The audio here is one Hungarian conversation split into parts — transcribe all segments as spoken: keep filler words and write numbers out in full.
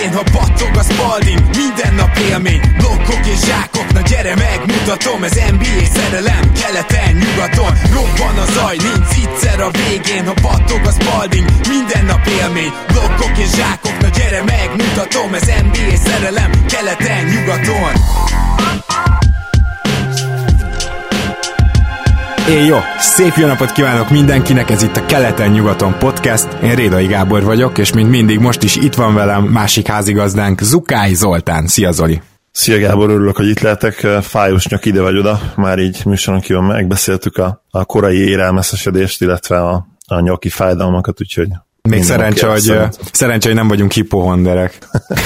végén, ha battog a Spalding, minden nap élmény, blokkok és zsákok, na gyere megmutatom, ez en bé á szerelem, keleten, nyugaton, robban a zaj, nincs egyszer a végén, ha battog a Spalding, minden nap élmény, blokkok és zsákok, na gyere megmutatom, ez en bé á szerelem, keleten, nyugaton. Éj jó! Szép jó napot kívánok mindenkinek, ez itt a Keleten-nyugaton podcast. Én Rédai Gábor vagyok, és mint mindig most is itt van velem másik házigazdánk, Zukály Zoltán. Szia Zoli! Szia Gábor, örülök, hogy itt lehetek. Fájós nyak ide vagy oda, már így műsoron kívül megbeszéltük a, a korai érelmeszesedést, illetve a, a nyaki fájdalmakat, úgyhogy... Még szerencse, hogy, szerencse, hogy nem vagyunk hipohonderek.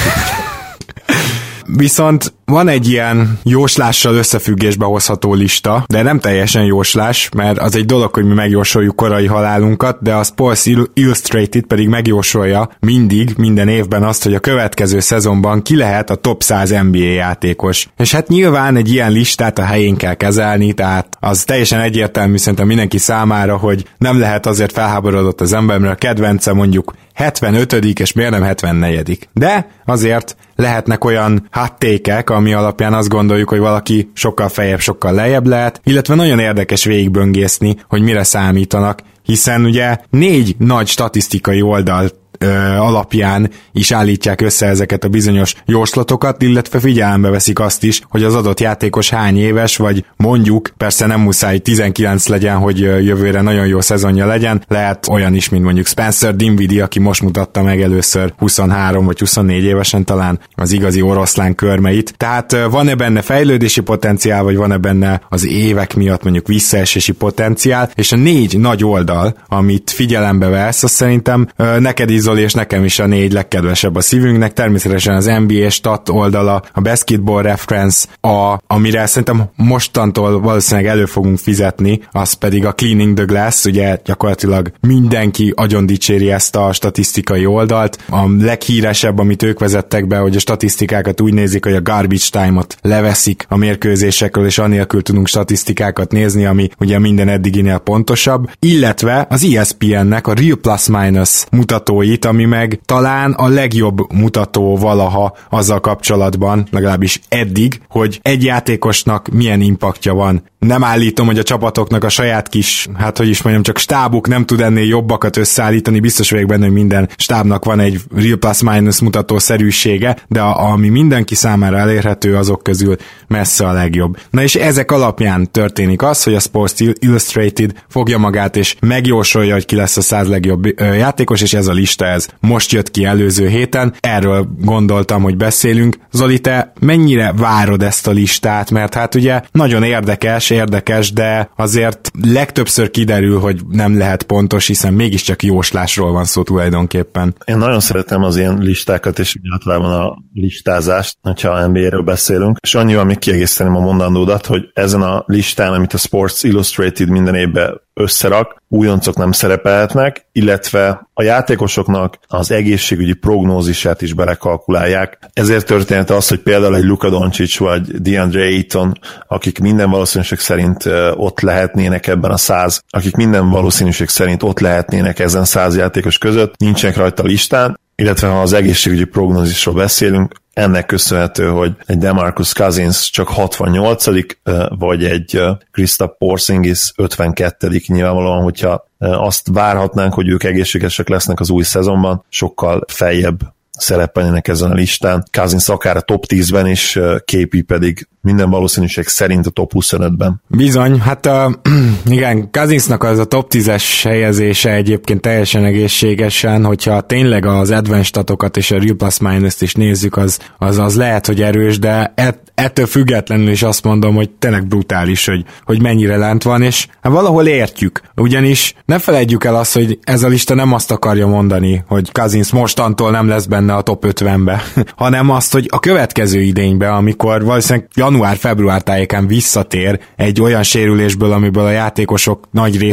Viszont van egy ilyen jóslással összefüggésbe hozható lista, de nem teljesen jóslás, mert az egy dolog, hogy mi megjósoljuk korai halálunkat, de a Sports Illustrated pedig megjósolja mindig, minden évben azt, hogy a következő szezonban ki lehet a top száz en bé á játékos. És hát nyilván egy ilyen listát a helyén kell kezelni, tehát az teljesen egyértelmű szerintem mindenki számára, hogy nem lehet azért felháborodott az ember, mert a kedvence mondjuk hetvenötödik és miért nem hetvennegyedik. De azért lehetnek olyan háttékek, ami alapján azt gondoljuk, hogy valaki sokkal feljebb, sokkal lejjebb lehet, illetve nagyon érdekes végigböngészni, hogy mire számítanak, hiszen ugye négy nagy statisztikai oldalt alapján is állítják össze ezeket a bizonyos jóslatokat, illetve figyelembe veszik azt is, hogy az adott játékos hány éves, vagy mondjuk, persze nem muszáj tizenkilenc legyen, hogy jövőre nagyon jó szezonja legyen, lehet olyan is, mint mondjuk Spencer Dinwiddie, aki most mutatta meg először huszonhárom vagy huszonnégy évesen talán az igazi oroszlán körmeit. Tehát van-e benne fejlődési potenciál, vagy van-e benne az évek miatt mondjuk visszaesési potenciál, és a négy nagy oldal, amit figyelembe vesz, azt szerintem neked is, és nekem is a négy legkedvesebb a szívünknek, természetesen az en bé á stat oldala, a Basketball Reference, a, amire szerintem mostantól valószínűleg elő fogunk fizetni, az pedig a Cleaning the Glass, ugye gyakorlatilag mindenki agyon dicséri ezt a statisztikai oldalt. A leghíresebb, amit ők vezettek be, hogy a statisztikákat úgy nézik, hogy a garbage time-ot leveszik a mérkőzésekről, és anélkül tudunk statisztikákat nézni, ami ugye minden eddiginél pontosabb, illetve az é es pé en-nek a Real Plus Minus mutatóit, ami meg talán a legjobb mutató valaha azzal kapcsolatban, legalábbis eddig, hogy egy játékosnak milyen impaktja van. Nem állítom, hogy a csapatoknak a saját kis, hát hogy is mondjam, csak stábuk nem tud ennél jobbakat összeállítani, biztos vagyok benne, hogy minden stábnak van egy Real Plus Minus mutató szerűsége, de a, ami mindenki számára elérhető, azok közül messze a legjobb. Na és ezek alapján történik az, hogy a Sports Illustrated fogja magát és megjósolja, hogy ki lesz a száz legjobb játékos, és ez a lista ez most jött ki előző héten, erről gondoltam, hogy beszélünk. Zoli, te mennyire várod ezt a listát, mert hát ugye nagyon érdekes, érdekes, de azért legtöbbször kiderül, hogy nem lehet pontos, hiszen mégiscsak jóslásról van szó tulajdonképpen. Én nagyon szeretem az ilyen listákat, és általában a listázást, hogyha en bé á-ről beszélünk, és annyival még kiegészíteném a mondandódat, hogy ezen a listán, amit a Sports Illustrated minden évben összerak, újoncok nem szerepelhetnek, illetve a játékosoknak az egészségügyi prognózisát is belekalkulálják. Ezért történt az, hogy például egy Luka Doncic vagy DeAndre Ayton, akik minden valószínűség szerint ott lehetnének ebben a száz, akik minden valószínűség szerint ott lehetnének ezen száz játékos között, nincsenek rajta a listán, illetve ha az egészségügyi prognózisról beszélünk, ennek köszönhető, hogy egy DeMarcus Cousins csak hatvannyolcadik, vagy egy Kristaps Porzingis ötvenkettedik nyilvánvalóan, hogyha azt várhatnánk, hogy ők egészségesek lesznek az új szezonban, sokkal feljebb szerepeljenek ezen a listán. Cousins akár a top tízben is, ká pé pedig minden valószínűség szerint a top huszonötben. Bizony, hát uh, igen, Cousinsnak az a top tízes helyezése egyébként teljesen egészségesen, hogyha tényleg az advanced statokat és a Real Plus Minus-t is nézzük, az, az, az lehet, hogy erős, de et, ettől függetlenül is azt mondom, hogy tényleg brutális, hogy, hogy mennyire lent van, és hát valahol értjük. Ugyanis ne felejtjük el azt, hogy ez a lista nem azt akarja mondani, hogy Cousins mostantól nem lesz benne a top ötvenbe, hanem azt, hogy a következő idénybe, amikor valószínűleg január-február tájékán visszatér egy olyan sérülésből, amiből a játékosok nagy része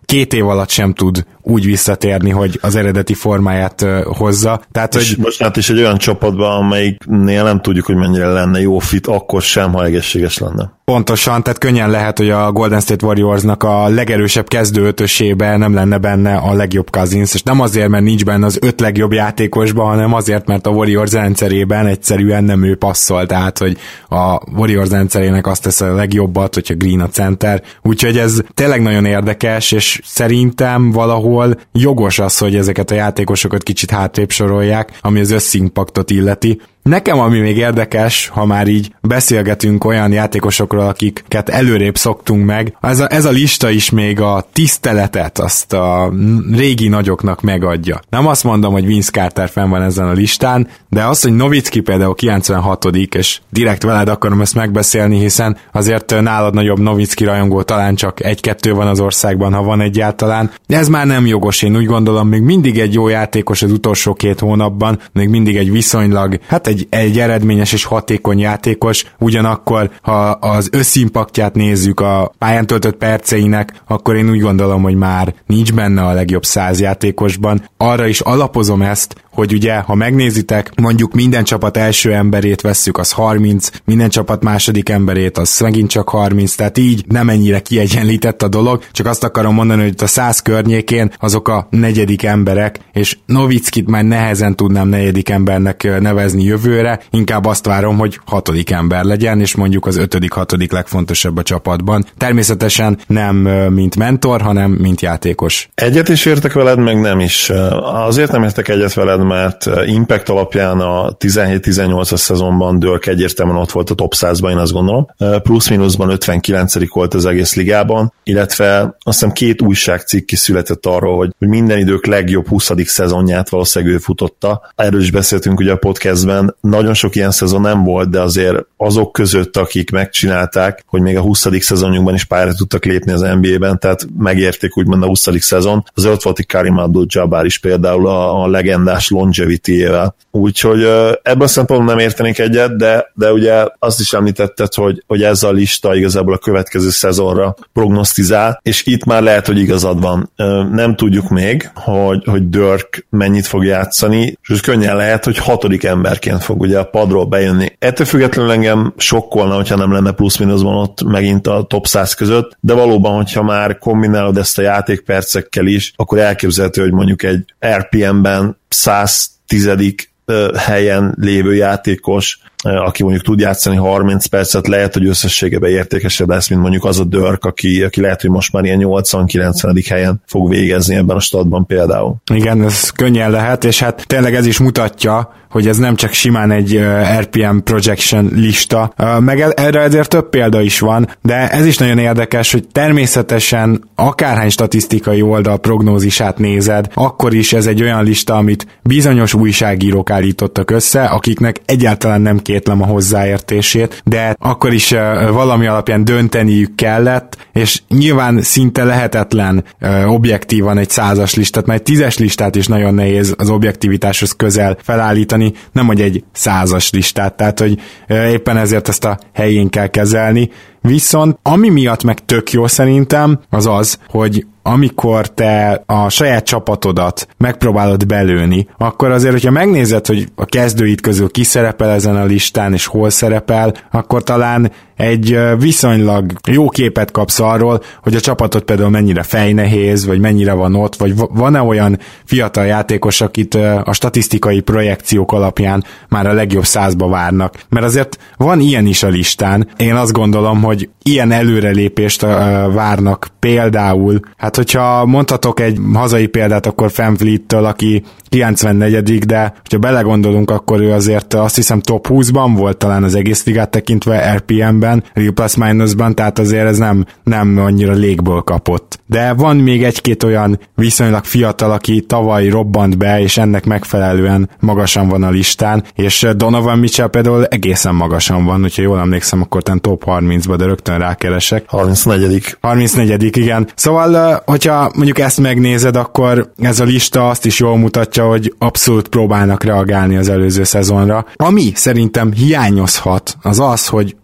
két év alatt sem tud úgy visszatérni, hogy az eredeti formáját uh, hozza. Tehát, és hogy... most hát is egy olyan csapatban, amelyiknél nem tudjuk, hogy mennyire lenne jó fit, akkor sem, ha egészséges lenne. Pontosan, tehát könnyen lehet, hogy a Golden State Warriorsnak a legerősebb kezdő ötösébe nem lenne benne a legjobb Cousins, és nem azért, mert nincs benne az öt legjobb játékosban, hanem azért, mert a Warriors rendszerében egyszerűen nem ő passzol, tehát, hogy a Warriors rendszerének azt tesz a legjobbat, hogyha Green a center, úgyhogy ez tényleg nagyon érdekes, és szerintem valahol jogos az, hogy ezeket a játékosokat kicsit hátrébb sorolják, ami az összimpaktot illeti. Nekem ami még érdekes, ha már így beszélgetünk olyan játékosokról, akiket előrébb szoktunk meg, ez a, ez a lista is még a tiszteletet, azt a régi nagyoknak megadja. Nem azt mondom, hogy Vince Carter fenn van ezen a listán, de az, hogy Nowitzki például kilencvenhatodik és direkt veled akarom ezt megbeszélni, hiszen azért nálad nagyobb Nowitzki rajongó talán csak egy-kettő van az országban, ha van egyáltalán. De ez már nem jogos, én úgy gondolom, még mindig egy jó játékos az utolsó két hónapban, még mindig egy viszonylag, hát egy, egy eredményes és hatékony játékos, ugyanakkor, ha az összimpaktját nézzük a pályán töltött perceinek, akkor én úgy gondolom, hogy már nincs benne a legjobb száz játékosban. Arra is alapozom ezt, hogy ugye, ha megnézitek, mondjuk minden csapat első emberét vesszük, az harminc, minden csapat második emberét, az megint csak harminc, tehát így nem ennyire kiegyenlített a dolog, csak azt akarom mondani, hogy a száz környékén azok a negyedik emberek, és Nowitzkit már nehezen tudnám negyedik embernek nevezni jövőre, inkább azt várom, hogy hatodik ember legyen, és mondjuk az ötödik, hatodik legfontosabb a csapatban. Természetesen nem mint mentor, hanem mint játékos. Egyet is értek veled, meg nem is. Azért nem értek egyet veled, mert impact alapján a tizenhét-tizennyolcas szezonban Dirk egyértelműen ott volt a top százban, én azt gondolom. Plusz-minuszban ötvenkilencedik volt az egész ligában, illetve azt hiszem két újságcikk kiszületett arról, hogy minden idők legjobb huszadik szezonját valószínűleg ő futotta. Erről is beszéltünk ugye a podcastben. Nagyon sok ilyen szezon nem volt, de azért azok között, akik megcsinálták, hogy még a huszadik szezonjukban is pályára tudtak lépni az en bé á-ben, tehát megérték úgymond a huszadik szezon. Azért ott volt egy Karim Abdul-Jabbar is például a, a legendás longevity-ével. Úgyhogy ebből a szempontból nem értenék egyet, de, de ugye azt is említetted, hogy, hogy ez a lista igazából a következő szezonra prognosztizál, és itt már lehet, hogy igazad van. Nem tudjuk még, hogy, hogy Dirk mennyit fog játszani, és könnyen lehet, hogy hatodik emberként fog ugye a padról bejönni. Ettől függetlenül engem sokkolna, hogyha nem lenne plusz-minuszban ott megint a top száz között, de valóban, hogyha már kombinálod ezt a játékpercekkel is, akkor elképzelhető, hogy mondjuk egy er pé em-ben száz tizedik helyen lévő játékos, aki mondjuk tud játszani harminc percet, lehet, hogy összességében értékesebb lesz, mint mondjuk az a Dirk, aki, aki lehet, hogy most már ilyen nyolcvan-kilencvenedik helyen fog végezni ebben a statban például. Igen, ez könnyen lehet, és hát tényleg ez is mutatja, hogy ez nem csak simán egy er pé em projection lista, meg erre ezért több példa is van, de ez is nagyon érdekes, hogy természetesen akárhány statisztikai oldal prognózisát nézed, akkor is ez egy olyan lista, amit bizonyos újságírók állítottak össze, akiknek egyáltalán nem kétlem a hozzáértését, de akkor is valami alapján dönteniük kellett, és nyilván szinte lehetetlen objektívan egy százas listát, mert egy tízes listát is nagyon nehéz az objektivitáshoz közel felállítani, nem hogy egy százas listát, tehát hogy éppen ezért ezt a helyén kell kezelni. Viszont ami miatt meg tök jó szerintem, az az, hogy amikor te a saját csapatodat megpróbálod belőni, akkor azért, hogyha megnézed, hogy a kezdőid közül ki szerepel ezen a listán, és hol szerepel, akkor talán egy viszonylag jó képet kapsz arról, hogy a csapatod például mennyire fejnehéz, vagy mennyire van ott, vagy van-e olyan fiatal játékos, akit a statisztikai projekciók alapján már a legjobb százba várnak. Mert azért van ilyen is a listán. Én azt gondolom, hogy ilyen előrelépést várnak például, hát hogyha mondhatok egy hazai példát, akkor VanVleet-től, aki kilencvennegyedik, de hogyha belegondolunk, akkor ő azért azt hiszem top húszban volt talán az egész ligát tekintve er pé em-ben, Real Plus Minusban, tehát azért ez nem, nem annyira légből kapott. De van még egy-két olyan viszonylag fiatal, aki tavaly robbant be, és ennek megfelelően magasan van a listán, és Donovan Mitchell például egészen magasan van, hogyha jól emlékszem, akkor ten top harmincba, de rögtön rákeresek. harmincnegyedik harmincnegyedik, igen. Szóval, hogyha mondjuk ezt megnézed, akkor ez a lista azt is jól mutatja, hogy abszolút próbálnak reagálni az előző szezonra. Ami szerintem hiányozhat, az az, hogy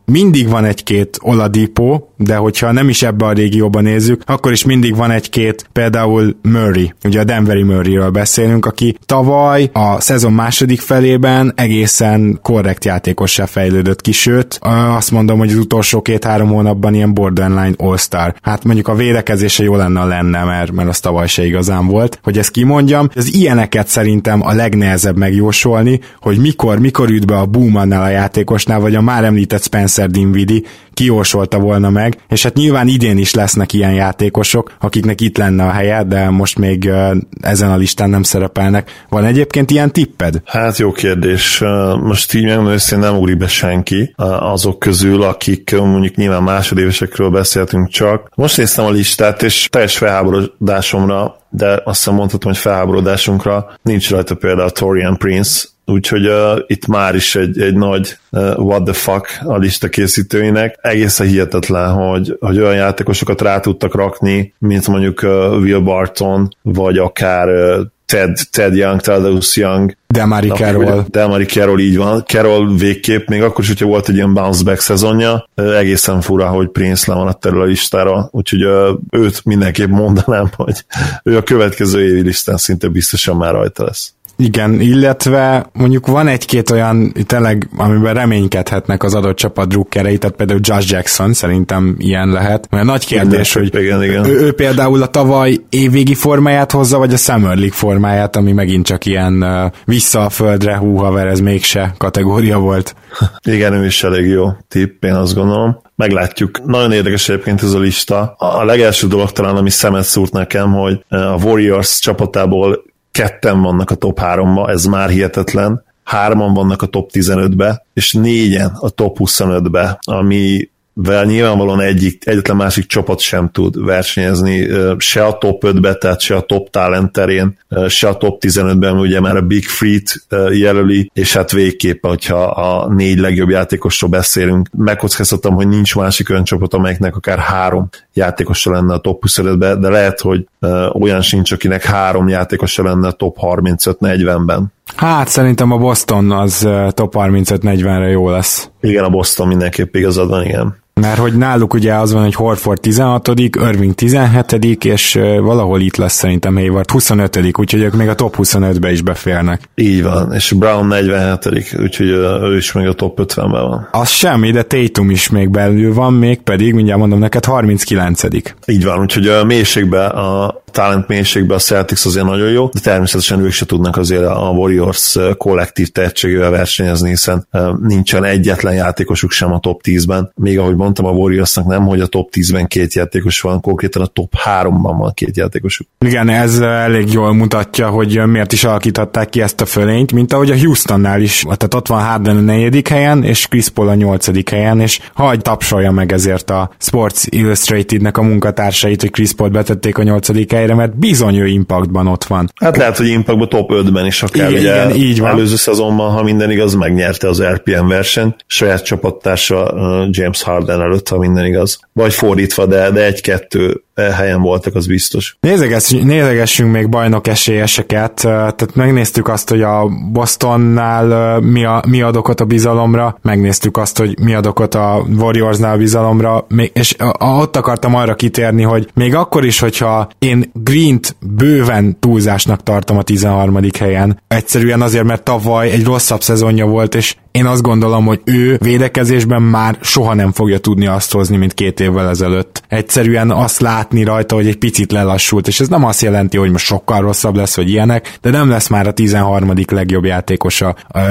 mindig van egy-két Oladipo, de hogyha nem is ebbe a régióban nézzük, akkor is mindig van egy-két, például Murray, ugye a Denveri Murrayről beszélünk, aki tavaly a szezon második felében egészen korrekt játékossá fejlődött ki, sőt, azt mondom, hogy az utolsó két-három hónapban ilyen borderline all-star. Hát mondjuk a védekezése jó lenne, lenne, mert, mert az tavaly se igazán volt, hogy ezt kimondjam. Ez ilyeneket szerintem a legnehezebb megjósolni, hogy mikor, mikor üt be a boom annál a játékosnál, vagy a már említett Spencer Dinwiddie kijósolta volna meg, és hát nyilván idén is lesznek ilyen játékosok, akiknek itt lenne a helye, de most még ezen a listán nem szerepelnek. Van egyébként ilyen tipped? Hát jó kérdés. Most így megmondom, hogy nem ugrik be senki azok közül, akik mondjuk nyilván másodévesekről beszéltünk csak. Most néztem a listát, és teljes felháborodásomra, de azt hiszem mondhatom, hogy felháborodásunkra nincs rajta például Taurean Prince, úgyhogy uh, itt már is egy, egy nagy uh, what the fuck a lista készítőinek. Egészen hihetetlen, hogy, hogy olyan játékosokat rá tudtak rakni, mint mondjuk uh, Will Barton, vagy akár uh, Ted, Ted Young, Thaddeus Young, Demari Carroll. Demari Carroll, így van. Carroll végképp, még akkor is, hogyha volt egy ilyen bounce back szezonja, egészen fura, hogy Prince lemaradt erről a listára, úgyhogy őt mindenképp mondanám, hogy ő a következő évi listán szinte biztosan már rajta lesz. Igen, illetve mondjuk van egy-két olyan tényleg, amiben reménykedhetnek az adott csapat drukkerei, tehát például Josh Jackson szerintem ilyen lehet. Mert nagy kérdés, hogy igen, igen. Ő, ő például a tavaly évvégi formáját hozza, vagy a Summer League formáját, ami megint csak ilyen uh, vissza a földre, hú, haver, ez mégse kategória volt. Igen, ő is elég jó tipp, én azt gondolom. Meglátjuk. Nagyon érdekes egyébként ez a lista. A legelső dolog talán, ami szemet szúrt nekem, hogy a Warriors csapatából ketten vannak a top háromba, ez már hihetetlen, hárman vannak a top tizenötbe, és négyen a top huszonötbe, amivel nyilvánvalóan egyik, egyetlen másik csapat sem tud versenyezni, se a top ötbe, tehát se a top talent terén, se a top tizenötben, ugye már a Big Free-t jelöli, és hát végképp, hogyha a négy legjobb játékosról beszélünk, megkockáztatom, hogy nincs másik olyan csapat, amelyiknek akár három játékosa lenne a top huszonötbe, de lehet, hogy olyan sincs, akinek három játékosa lenne a top harmincöt-negyvenben. Hát szerintem a Boston az top harmincöt-negyvenre jó lesz. Igen, a Boston mindenképp igazad van, igen. Mert hogy náluk ugye az van, hogy Horford tizenhatodik, Irving tizenhetedik, és valahol itt lesz szerintem Hayward huszonötödik, úgyhogy ők még a top huszonötbe is beférnek. Így van, és Brown negyvenhetedik, úgyhogy ő is még a top ötvenben van. Az semmi, de Tatum is még belül van, még pedig, mindjárt mondom neked, harminckilencedik. Így van, úgyhogy a mélységben, a talent mélységben a Celtics azért nagyon jó, de természetesen ők se tudnak azért a Warriors kollektív tehetségével versenyezni, hiszen nincsen egyetlen játékosuk sem a top tízben, még ahogy mondtam, a Warriorsnak nem, hogy a top tízben két játékos van, konkrétan a top háromban van két játékosuk. Igen, ez elég jól mutatja, hogy miért is alakították ki ezt a fölényt, mint ahogy a Houstonnál is, tehát ott van Harden a negyedik helyen, és Chris Paul a nyolcadik helyen, és hagy tapsolja meg ezért a Sports Illustratednek a munkatársait, hogy Chris Paul betették a nyolcadik helyre, mert bizony ő Impactban ott van. Hát lehet, hogy Impactban top ötben is akár, igen, ugye igen, így van. Előző szezonban, ha minden igaz, megnyerte az er pé em versenyt, saját csapattársa James Harden előtt, ha minden igaz. Vagy fordítva, de, de egy-kettő helyen voltak, az biztos. Nézegessünk, nézegessünk még bajnok esélyeseket, tehát megnéztük azt, hogy a Bostonnál mi, a, mi ad okot a bizalomra, megnéztük azt, hogy mi ad okot a Warriorsnál a bizalomra, és ott akartam arra kitérni, hogy még akkor is, hogyha én Greent bőven túlzásnak tartom a tizenharmadik helyen, egyszerűen azért, mert tavaly egy rosszabb szezonja volt, és én azt gondolom, hogy ő védekezésben már soha nem fogja tudni azt hozni, mint két évvel ezelőtt. Egyszerűen azt látni rajta, hogy egy picit lelassult, és ez nem azt jelenti, hogy most sokkal rosszabb lesz, vagy ilyenek, de nem lesz már a tizenharmadik legjobb játékosa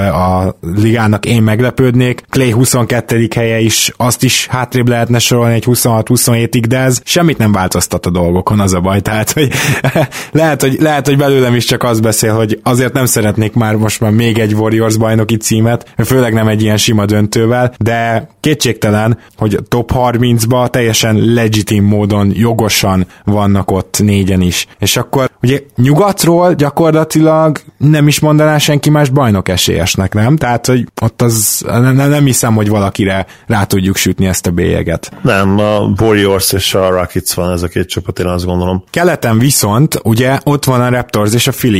a ligának, én meglepődnék. Clay huszonkettedik helye is, azt is hátrébb lehetne sorolni egy huszonhat-huszonhétig, de ez semmit nem változtat a dolgokon, az a baj. Tehát, hogy lehet, hogy, lehet, hogy belőlem is csak az beszél, hogy azért nem szeretnék már most már még egy Warriors bajnoki címet, főleg nem egy ilyen sima döntővel, de kétségtelen, hogy a top harmincba teljesen legitim módon, jogosan vannak ott négyen is. És akkor ugye nyugatról gyakorlatilag nem is mondaná senki más bajnok esélyesnek, nem? Tehát, hogy ott az nem, nem hiszem, hogy valakire rá tudjuk sütni ezt a bélyeget. Nem, a Warriors és a Rockets van ez a két csapat, én azt gondolom. Keleten viszont ugye ott van a Raptors és a Philly.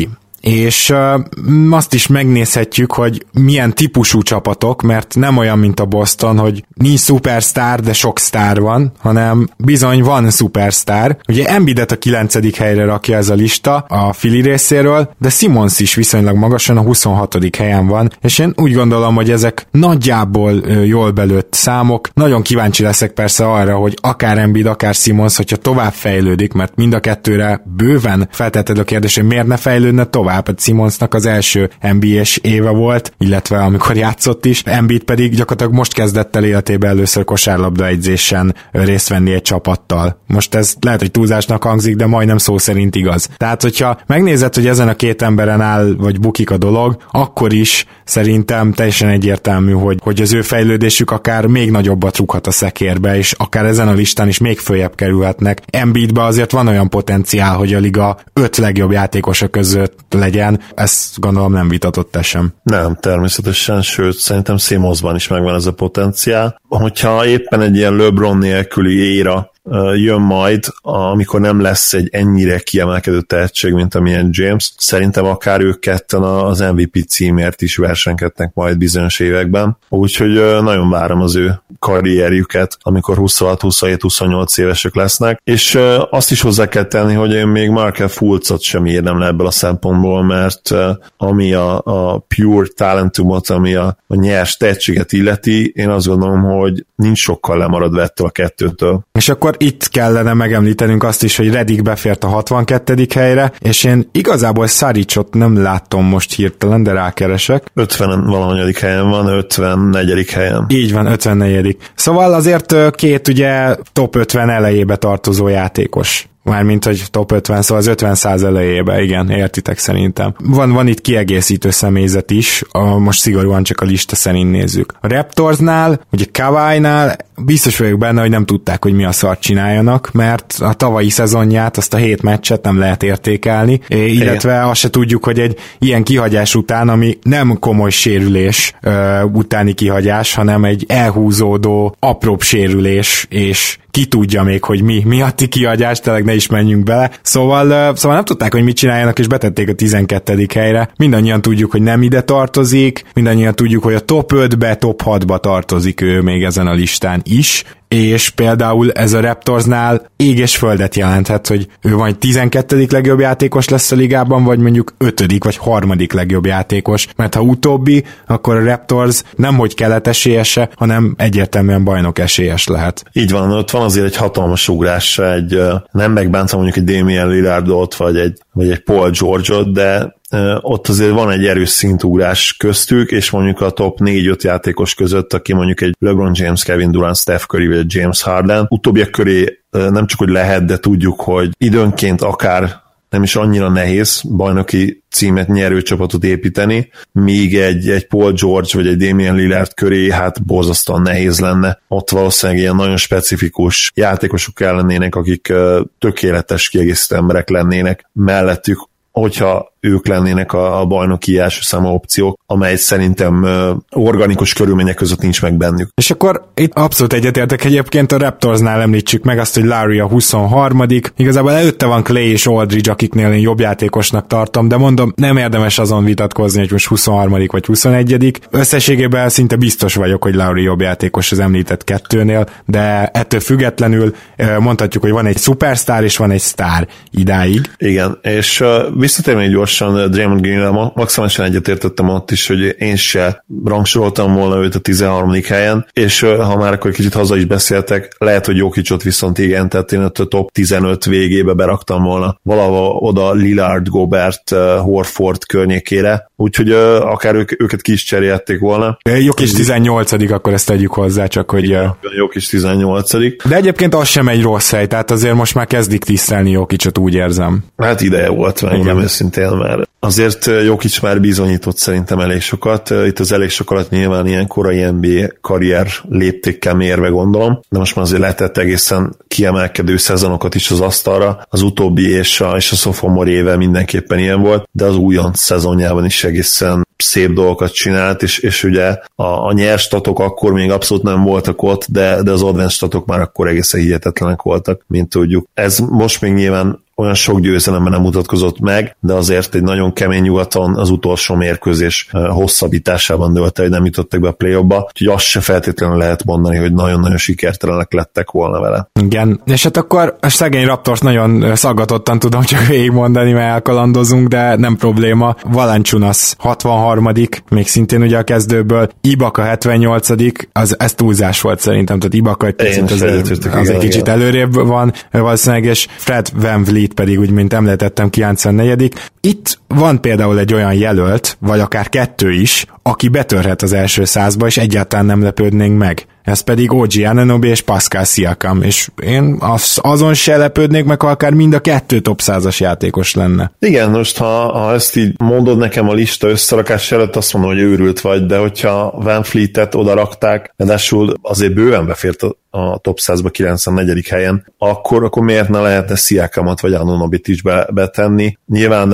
és uh, azt is megnézhetjük, hogy milyen típusú csapatok, mert nem olyan, mint a Boston, hogy nincs szupersztár, de sok sztár van, hanem bizony van szupersztár. Ugye Embiidet a kilencedik helyre rakja ez a lista a Philly részéről, de Simmons is viszonylag magasan a huszonhatodik helyen van, és én úgy gondolom, hogy ezek nagyjából jól belőtt számok. Nagyon kíváncsi leszek persze arra, hogy akár Embiid, akár Simmons, hogyha tovább fejlődik, mert mind a kettőre bőven feltetted a kérdés, hogy miért ne fejlődne tovább. Hát Simmonsnak az első en bé á-s éve volt, illetve amikor játszott is, Embiid pedig gyakorlatilag most kezdett el életében először kosárlabda edzésen részt venni egy csapattal. Most ez lehet, hogy túlzásnak hangzik, de majdnem szó szerint igaz. Tehát, hogyha megnézed, hogy ezen a két emberen áll, vagy bukik a dolog, akkor is szerintem teljesen egyértelmű, hogy, hogy az ő fejlődésük akár még nagyobbat rúghat a szekérbe, és akár ezen a listán is még följebb kerülhetnek. Embiidbe azért van olyan potenciál, hogy a liga öt legjobb játékosa között legyen, ezt gondolom nem vitatott sem. Nem, természetesen, sőt, szerintem Simmonsban is megvan ez a potenciál. Hogyha éppen egy ilyen LeBron nélküli éra jön majd, amikor nem lesz egy ennyire kiemelkedő tehetség, mint amilyen James, szerintem akár ők ketten az em vé pé címért is versenkednek majd bizonyos években, úgyhogy nagyon várom az ő karrierjüket, amikor huszonhat, huszonhét, huszonnyolc évesek lesznek, és azt is hozzá kell tenni, hogy én még Markel Fultzot sem írnám le ebből a szempontból, mert ami a, a pure talentumot, ami a, a nyers tehetséget illeti, én azt gondolom, hogy nincs sokkal lemaradva ettől a kettőtől. És akkor itt kellene megemlítenünk azt is, hogy Redick befért a hatvankettedik helyre, és én igazából Saricot nem látom most hirtelen, de rákeresek. ötven valahanyadik helyen van, ötvennegyedik helyen. Így van, ötvennegyedik Szóval azért két ugye top ötven elejébe tartozó játékos. Mármint, hogy top ötven, szóval az ötven száz elejébe, igen, értitek szerintem. Van, van itt kiegészítő személyzet is, a, most szigorúan csak a lista szerint nézzük. A Raptorsnál, ugye Kawhi-nál biztos vagyok benne, hogy nem tudták, hogy mi a szart csináljanak, mert a tavalyi szezonját, azt a hét meccset nem lehet értékelni, illetve azt se tudjuk, hogy egy ilyen kihagyás után, ami nem komoly sérülés ö, utáni kihagyás, hanem egy elhúzódó, apróbb sérülés, és ki tudja még, hogy mi miatti kihagyás, tényleg ne is menjünk bele. Szóval, szóval nem tudták, hogy mit csináljanak, és betették a tizenkettedik helyre. Mindannyian tudjuk, hogy nem ide tartozik, mindannyian tudjuk, hogy a top ötbe, top hatba tartozik ő még ezen a listán is, és például ez a Raptorsnál ég és földet jelenthet, hogy ő vagy tizenkettedik legjobb játékos lesz a ligában, vagy mondjuk ötödik vagy harmadik legjobb játékos, mert ha utóbbi, akkor a Raptors nemhogy kelet esélyese, hanem egyértelműen bajnok esélyes lehet. Így van, ott van azért egy hatalmas ugrás, egy, nem megbántva mondjuk egy Damian Lillardot, vagy egy, vagy egy Paul George-ot, de ott azért van egy erős szintugrás köztük, és mondjuk a top négy-öt játékos között, aki mondjuk egy LeBron James, Kevin Durant, Steph Curry vagy James Harden, utóbbiak köré nem csak hogy lehet, de tudjuk, hogy időnként akár nem is annyira nehéz bajnoki címet nyerő csapatot építeni, míg egy, egy Paul George vagy egy Damian Lillard köré hát borzasztóan nehéz lenne. Ott valószínűleg ilyen nagyon specifikus játékosok lennének, akik tökéletes kiegészítő emberek lennének mellettük, hogyha ők lennének a, a bajnoki első számú opciók, amely szerintem uh, organikus körülmények között nincs meg bennük. És akkor itt abszolút egyetértek, egyébként a Raptorsnál említsük meg azt, hogy Lowry a huszonharmadik Igazából előtte van Clay és Aldridge, akiknél én jobb játékosnak tartom, de mondom, nem érdemes azon vitatkozni, hogy most huszonharmadik vagy huszonegyedik Összességében szinte biztos vagyok, hogy Lowry jobb játékos az említett kettőnél, de ettől függetlenül mondhatjuk, hogy van egy szupersztár és van egy sztár idáig. Igen, és uh, visszatérve egy gyors Draymond Green-rel maximálisan egyetértettem ott is, hogy én se rangsoroltam volna őt a tizenharmadik helyen, és ha már akkor kicsit haza is beszéltek, lehet, hogy Jokicot viszont igen, tehát én a top tizenöt végébe beraktam volna valahol oda Lillard, Gobert, Horford környékére, úgyhogy akár ők, őket ki is cserélték volna. Jokic tizennyolcadik akkor ezt tegyük hozzá, csak hogy... Igen, Jokic tizennyolcadik De egyébként az sem egy rossz hely, tehát azért most már kezdik tisztelni Jokicot, úgy érzem. Hát ideje volt, engem őszintén már. Azért Jokic már bizonyított szerintem elég sokat. Itt az elég sokat nyilván ilyen korai en bé á karrier léptékkel mérve gondolom, de most már azért lehetett egészen kiemelkedő szezonokat is az asztalra. Az utóbbi és a, és a sophomore éve mindenképpen ilyen volt, de az újonc szezonjában is egészen szép dolgokat csinált, és, és ugye a, a nyers statok akkor még abszolút nem voltak ott, de, de az advanced statok már akkor egészen hihetetlenek voltak, mint tudjuk. Ez most még nyilván olyan sok győzelemben nem mutatkozott meg, de azért egy nagyon kemény nyugaton az utolsó mérkőzés hosszabbításában dőlt, hogy nem jutottak be a play-offba, úgyhogy azt se feltétlenül lehet mondani, hogy nagyon-nagyon sikertelenek lettek volna vele. Igen, és hát akkor a szegény Raptors nagyon szaggatottan tudom csak végigmondani, mert elkalandozunk, de nem probléma. Valanciunas hatvanharmadik még szintén ugye a kezdőből, Ibaka hetvennyolcadik az, ez túlzás volt szerintem, tehát Ibaka egy picit az, az egy kicsit előrébb van valószínűleg, és Fred VanVleet pedig úgy, mint említettem, kilencvennegyedik Itt van például egy olyan jelölt, vagy akár kettő is, aki betörhet az első százba, és egyáltalán nem lepődnénk meg. Ez pedig o gé Anunoby és Pascal Siakam, és én az, azon se lepődnék meg, ha akár mind a kettő top százas játékos lenne. Igen, most ha, ha ezt így mondod nekem a lista összerakás előtt, azt mondom, hogy őrült vagy, de hogyha VanVleetet oda rakták, ráadásul azért bőven befért a, a top százba kilencvennegyedik helyen, akkor, akkor miért ne lehetne Siakamot vagy Anunobit is be, betenni? Nyilván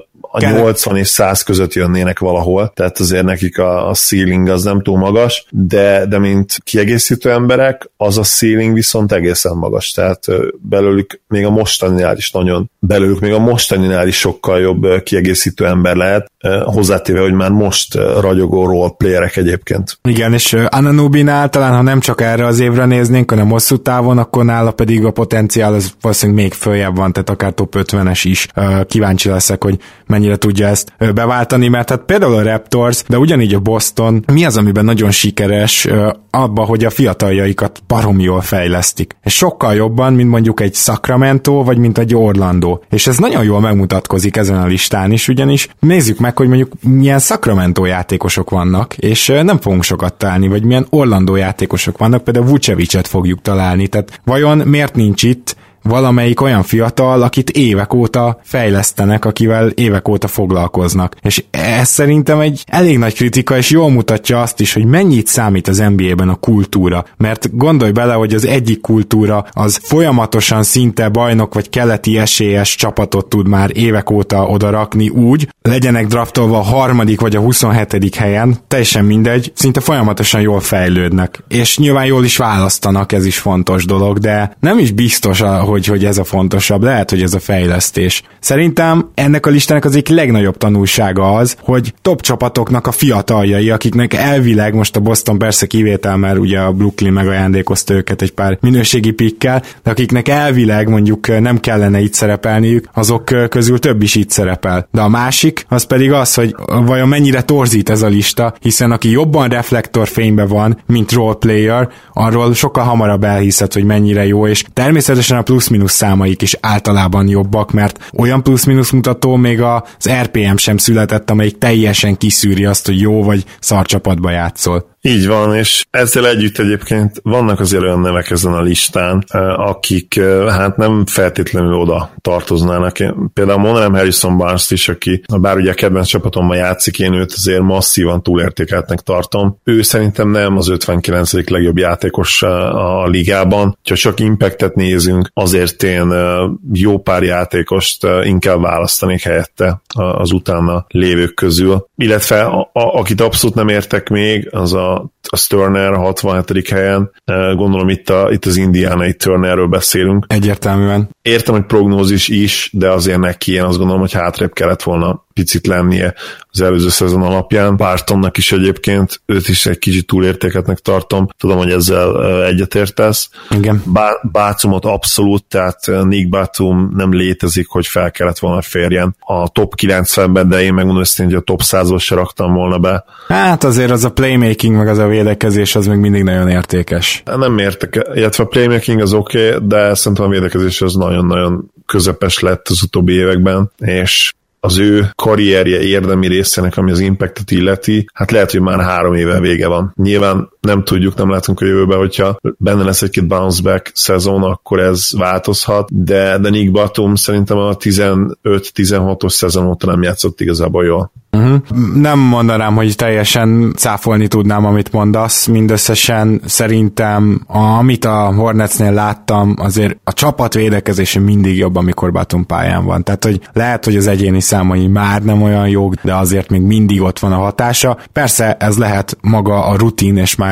a nyolcvan és száz között jönnének valahol, tehát azért nekik a, a ceiling az nem túl magas, de, de mint kiegészítő emberek, az a ceiling viszont egészen magas, tehát belőlük még a mostaninál is nagyon, belőlük még a mostaninál is sokkal jobb kiegészítő ember lehet, hozzátéve, hogy már most ragyogó roleplayerek egyébként. Igen, és Anunobinál talán, ha nem csak erre az évre néznénk, hanem hosszú távon, akkor nála pedig a potenciál az valószínűleg még följebb van, tehát akár top ötvenes is. Kíváncsi leszek, hogy mennyire tudja ezt beváltani, mert hát például a Raptors, de ugyanígy a Boston, mi az, amiben nagyon sikeres abba, hogy a fiataljaikat baromi jól fejlesztik. És sokkal jobban, mint mondjuk egy Sacramento, vagy mint egy Orlando. És ez nagyon jól megmutatkozik ezen a listán is, ugyanis nézzük meg, hogy mondjuk milyen Sacramento játékosok vannak, és nem fogunk sokat találni, vagy milyen Orlando játékosok vannak, például Vucevicet fogjuk találni. Tehát vajon miért nincs itt valamelyik olyan fiatal, akit évek óta fejlesztenek, akivel évek óta foglalkoznak. És ez szerintem egy elég nagy kritika, és jól mutatja azt is, hogy mennyit számít az en bé á-ben a kultúra. Mert gondolj bele, hogy az egyik kultúra az folyamatosan szinte bajnok vagy keleti esélyes csapatot tud már évek óta odarakni úgy, legyenek draftolva a harmadik vagy a huszonhetedik helyen, teljesen mindegy, szinte folyamatosan jól fejlődnek. És nyilván jól is választanak, ez is fontos dolog, de nem is biztos, hogy, hogy ez a fontosabb, lehet, hogy ez a fejlesztés. Szerintem ennek a listának az egyik legnagyobb tanulsága az, hogy top csapatoknak a fiataljai, akiknek elvileg, most a Boston persze kivétel, mert ugye a Brooklyn megajándékozta őket egy pár minőségi pikkel, de akiknek elvileg mondjuk nem kellene itt szerepelniük, azok közül több is itt szerepel. De a másik, az pedig az, hogy vajon mennyire torzít ez a lista, hiszen aki jobban reflektorfényben van, mint roleplayer, arról sokkal hamarabb elhiszed, hogy mennyire jó, és természetesen a plusz-minusz számaik is általában jobbak, mert olyan plusz-minusz mutató még az er pé em sem született, amelyik teljesen kiszűri azt, hogy jó vagy szar csapatba játszol. Így van, és ezzel együtt egyébként vannak azért olyan nevek ezen a listán, akik hát nem feltétlenül oda tartoznának. Például mondanám Harrison Barnes-t is, aki bár ugye a kedvenc csapatomban játszik, én őt azért masszívan túlértékeltnek tartom. Ő szerintem nem az ötvenkilencedik legjobb játékos a ligában. Ha csak impactet nézünk, azért én jó pár játékost inkább választanék helyette az utána lévők közül. Illetve a, a, akit abszolút nem értek még, az a a Turner hatvanhetedik helyen, gondolom itt, a, itt az indiánai Turnerről beszélünk. Egyértelműen. Értem, hogy prognózis is, de azért neki én azt gondolom, hogy hátrébb kellett volna picit lennie az előző szezon alapján. Bartonnak is egyébként, őt is egy kicsit túlértéketnek tartom. Tudom, hogy ezzel egyetértesz. Igen. Bá- Bácumot abszolút, tehát Nick Batum nem létezik, hogy fel kellett volna férjen a top kilencvenben, de én megmondom ezt, hogy a top százba se raktam volna be. Hát azért az a playmaking, meg az a védekezés, az még mindig nagyon értékes. Nem értek, illetve a playmaking az oké, okay, de szerintem a védekezés az nagyon-nagyon közepes lett az utóbbi években, és az ő karrierje érdemi részének, ami az impactet illeti, hát lehet, hogy már három éve vége van. Nyilván nem tudjuk, nem látunk a jövőben, hogyha benne lesz egy-két bounce back szezon, akkor ez változhat, de, de Nick Batum szerintem a tizenöt-tizenhatos szezon óta nem játszott igazából jól. Uh-huh. Nem mondanám, hogy teljesen cáfolni tudnám, amit mondasz, mindösszesen szerintem, amit a Hornetsnél láttam, azért a csapat védekezése mindig jobb, amikor Batum pályán van. Tehát, hogy lehet, hogy az egyéni számai már nem olyan jók, de azért még mindig ott van a hatása. Persze ez lehet maga a rutin, és már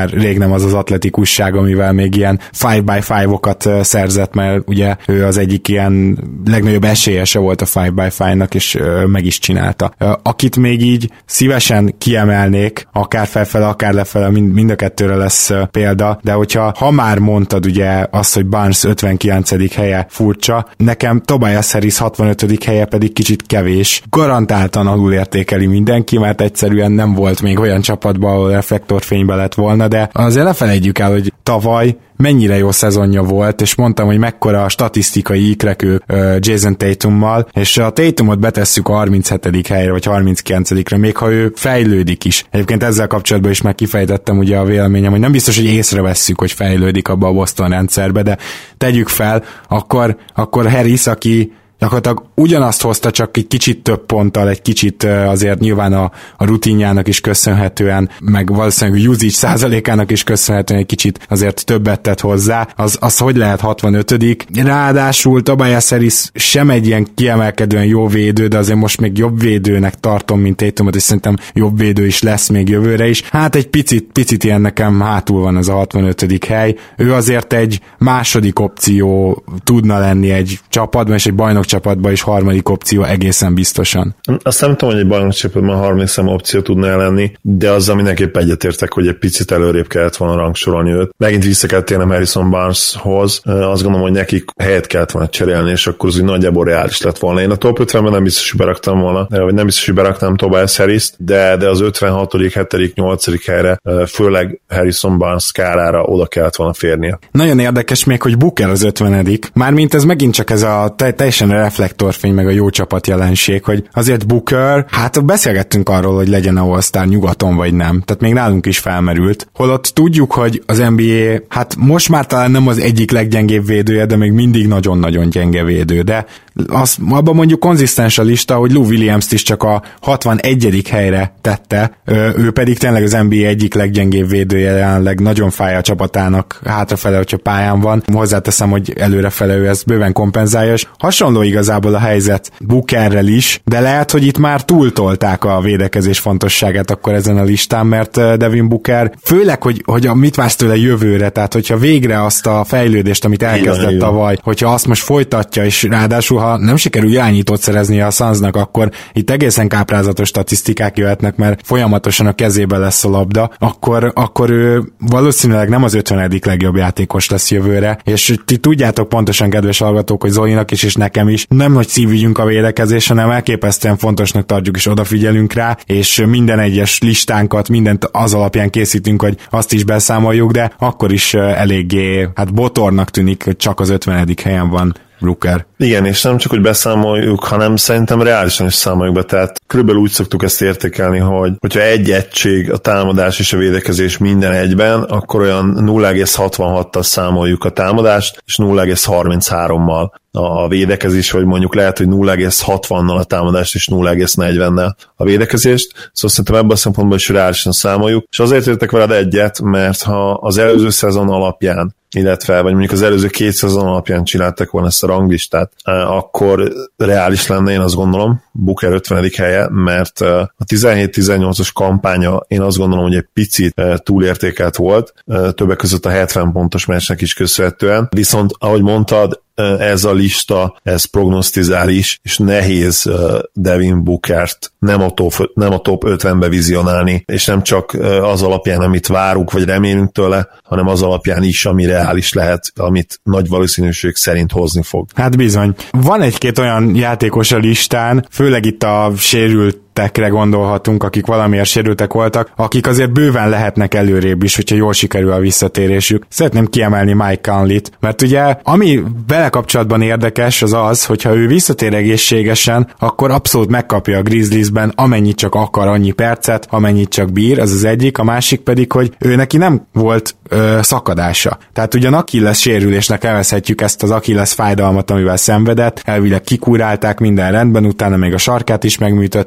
már rég nem az az atletikusság, amivel még ilyen five by five-okat szerzett, mert ugye ő az egyik ilyen legnagyobb esélyese volt a five by five-nak, és meg is csinálta. Akit még így szívesen kiemelnék, akár felfele, akár lefele, mind, mind a kettőre lesz példa, de hogyha ha már mondtad ugye azt, hogy Barnes ötvenkilencedik helye furcsa, nekem Tobias Harris hatvanötödik helye pedig kicsit kevés. Garantáltan alulértékeli mindenki, mert egyszerűen nem volt még olyan csapatban, ahol reflektorfénybe lett volna, de azért ne felejtjük el, hogy tavaly mennyire jó szezonja volt, és mondtam, hogy mekkora a statisztikai ikrekő uh, Jason Tatummal, és a Tatumot betesszük a harminchetedik helyre, vagy harminckilencedikre, még ha ő fejlődik is. Egyébként ezzel kapcsolatban is meg kifejtettem ugye a véleményem, hogy nem biztos, hogy észrevesszük, hogy fejlődik abba a Boston rendszerbe, de tegyük fel, akkor, akkor Harris, aki gyakorlatilag ugyanazt hozta, csak egy kicsit több ponttal, egy kicsit azért nyilván a, a rutinjának is köszönhetően, meg valószínűleg a usage százalékának is köszönhetően egy kicsit azért többet tett hozzá, az, az hogy lehet hatvanötödik Ráadásul Tobias Harris sem egy ilyen kiemelkedően jó védő, de azért most még jobb védőnek tartom, mint Tatumot, és szerintem jobb védő is lesz még jövőre is. Hát egy picit, picit ilyen nekem hátul van ez a hatvanötödik hely. Ő azért egy második opció tudna lenni egy csapatban, és egy bajnok csapatban is harmadik opció egészen biztosan. Azt nem tudom, hogy egy bajnok csapatban harmadik szám opció tudná lenni, de azzal mindenképp egyetértek, hogy egy picit előrébb kellett volna rangsorolni őt. Megint vissza kellett térnem Harrison Barneshoz, azt gondolom, hogy nekik helyet kellett volna cserélni, és akkor az úgy nagyjából reális lett volna. Én a top ötvenben nem biztos, hogy beraktam volna, vagy nem biztos, hogy beraktam Tobias Harrist, de, de az ötvenhatodik, hetedik, nyolcadik helyre, főleg Harrison Barnes skálára oda kellett volna férnie. Nagyon érdekes még, hogy Booker az ötvenedik Mármint ez megint csak ez a teljesen reflektorfény, meg a jó csapat jelenség, hogy azért Booker, hát beszélgettünk arról, hogy legyen a All-Star nyugaton, vagy nem. Tehát még nálunk is felmerült. Holott tudjuk, hogy az en bé á, hát most már talán nem az egyik leggyengébb védője, de még mindig nagyon-nagyon gyenge védő, de az, abban mondjuk konzisztens a lista, hogy Lou Williams-t is csak a hatvanegyedik helyre tette, ő pedig tényleg az en bé á egyik leggyengébb védője, jelenleg nagyon fáj a csapatának hátrafele, hogyha pályán van. Hozzáteszem, hogy előrefele ő ezt bőven kompenzálja, és hasonló igazából a helyzet Bookerrel is, de lehet, hogy itt már túltolták a védekezés fontosságát akkor ezen a listán, mert Devin Booker, főleg, hogy, hogy a, mit vársz tőle jövőre, tehát hogyha végre azt a fejlődést, amit elkezdett tavaly, hogyha azt most folytatja, és ráadásul ha nem sikerül irányítót szerezni a Sunsnak, akkor itt egészen káprázatos statisztikák jöhetnek, mert folyamatosan a kezébe lesz a labda, akkor, akkor ő valószínűleg nem az ötvenedik legjobb játékos lesz jövőre, és ti tudjátok pontosan, kedves hallgatók, hogy Zolinak is, és nekem is, nem hogy szívügyünk a védekezés, hanem elképesztően fontosnak tartjuk, és odafigyelünk rá, és minden egyes listánkat, mindent az alapján készítünk, hogy azt is beszámoljuk, de akkor is eléggé, hát botornak tűnik, hogy csak az ötvenedik helyen van Booker. Igen, és nem csak, hogy beszámoljuk, hanem szerintem reálisan is számoljuk be, tehát körülbelül úgy szoktuk ezt értékelni, hogy hogyha egy egység a támadás és a védekezés minden egyben, akkor olyan nulla egész hatvanhattal számoljuk a támadást, és nulla egész harminchárommal a védekezés, vagy mondjuk lehet, hogy nulla egész hatvannal a támadást, és nulla egész negyvennel a védekezést, szóval szerintem ebben a szempontból is reálisan számoljuk, és azért értek veled egyet, mert ha az előző szezon alapján, illetve vagy mondjuk az előző két szezon alapján csináltak volna ezt a ranglistát, akkor reális lenne, én azt gondolom, Booker ötvenedik helye, mert a tizenhét tizennyolcas kampánya én azt gondolom, hogy egy picit túlértékelt volt, többek között a hetven pontos meccsnek is köszönhetően, viszont ahogy mondtad, ez a lista, ez prognosztizál is, és nehéz Devin Bookert nem a top, nem a top ötvenbe vizionálni, és nem csak az alapján, amit várunk, vagy remélünk tőle, hanem az alapján is, ami reális lehet, amit nagy valószínűség szerint hozni fog. Hát bizony. Van egy-két olyan játékos a listán, főleg itt a sérült tekre gondolhatunk, akik valamiért sérültek voltak, akik azért bőven lehetnek előrébb is, hogyha jól sikerül a visszatérésük. Szeretném kiemelni Mike Conley-t, mert ugye ami vele kapcsolatban érdekes az az, hogyha ő visszatér egészségesen, akkor abszolút megkapja a Grizzliesben amennyit csak akar, annyi percet, amennyit csak bír, az az egyik, a másik pedig, hogy ő neki nem volt ö, szakadása. Tehát ugyan Achilles sérülésnek nevezhetjük ezt az Achilles fájdalmat, amivel szenvedett, elvileg kikúrálták, minden rendben, utána még a sarkát is megműtötték,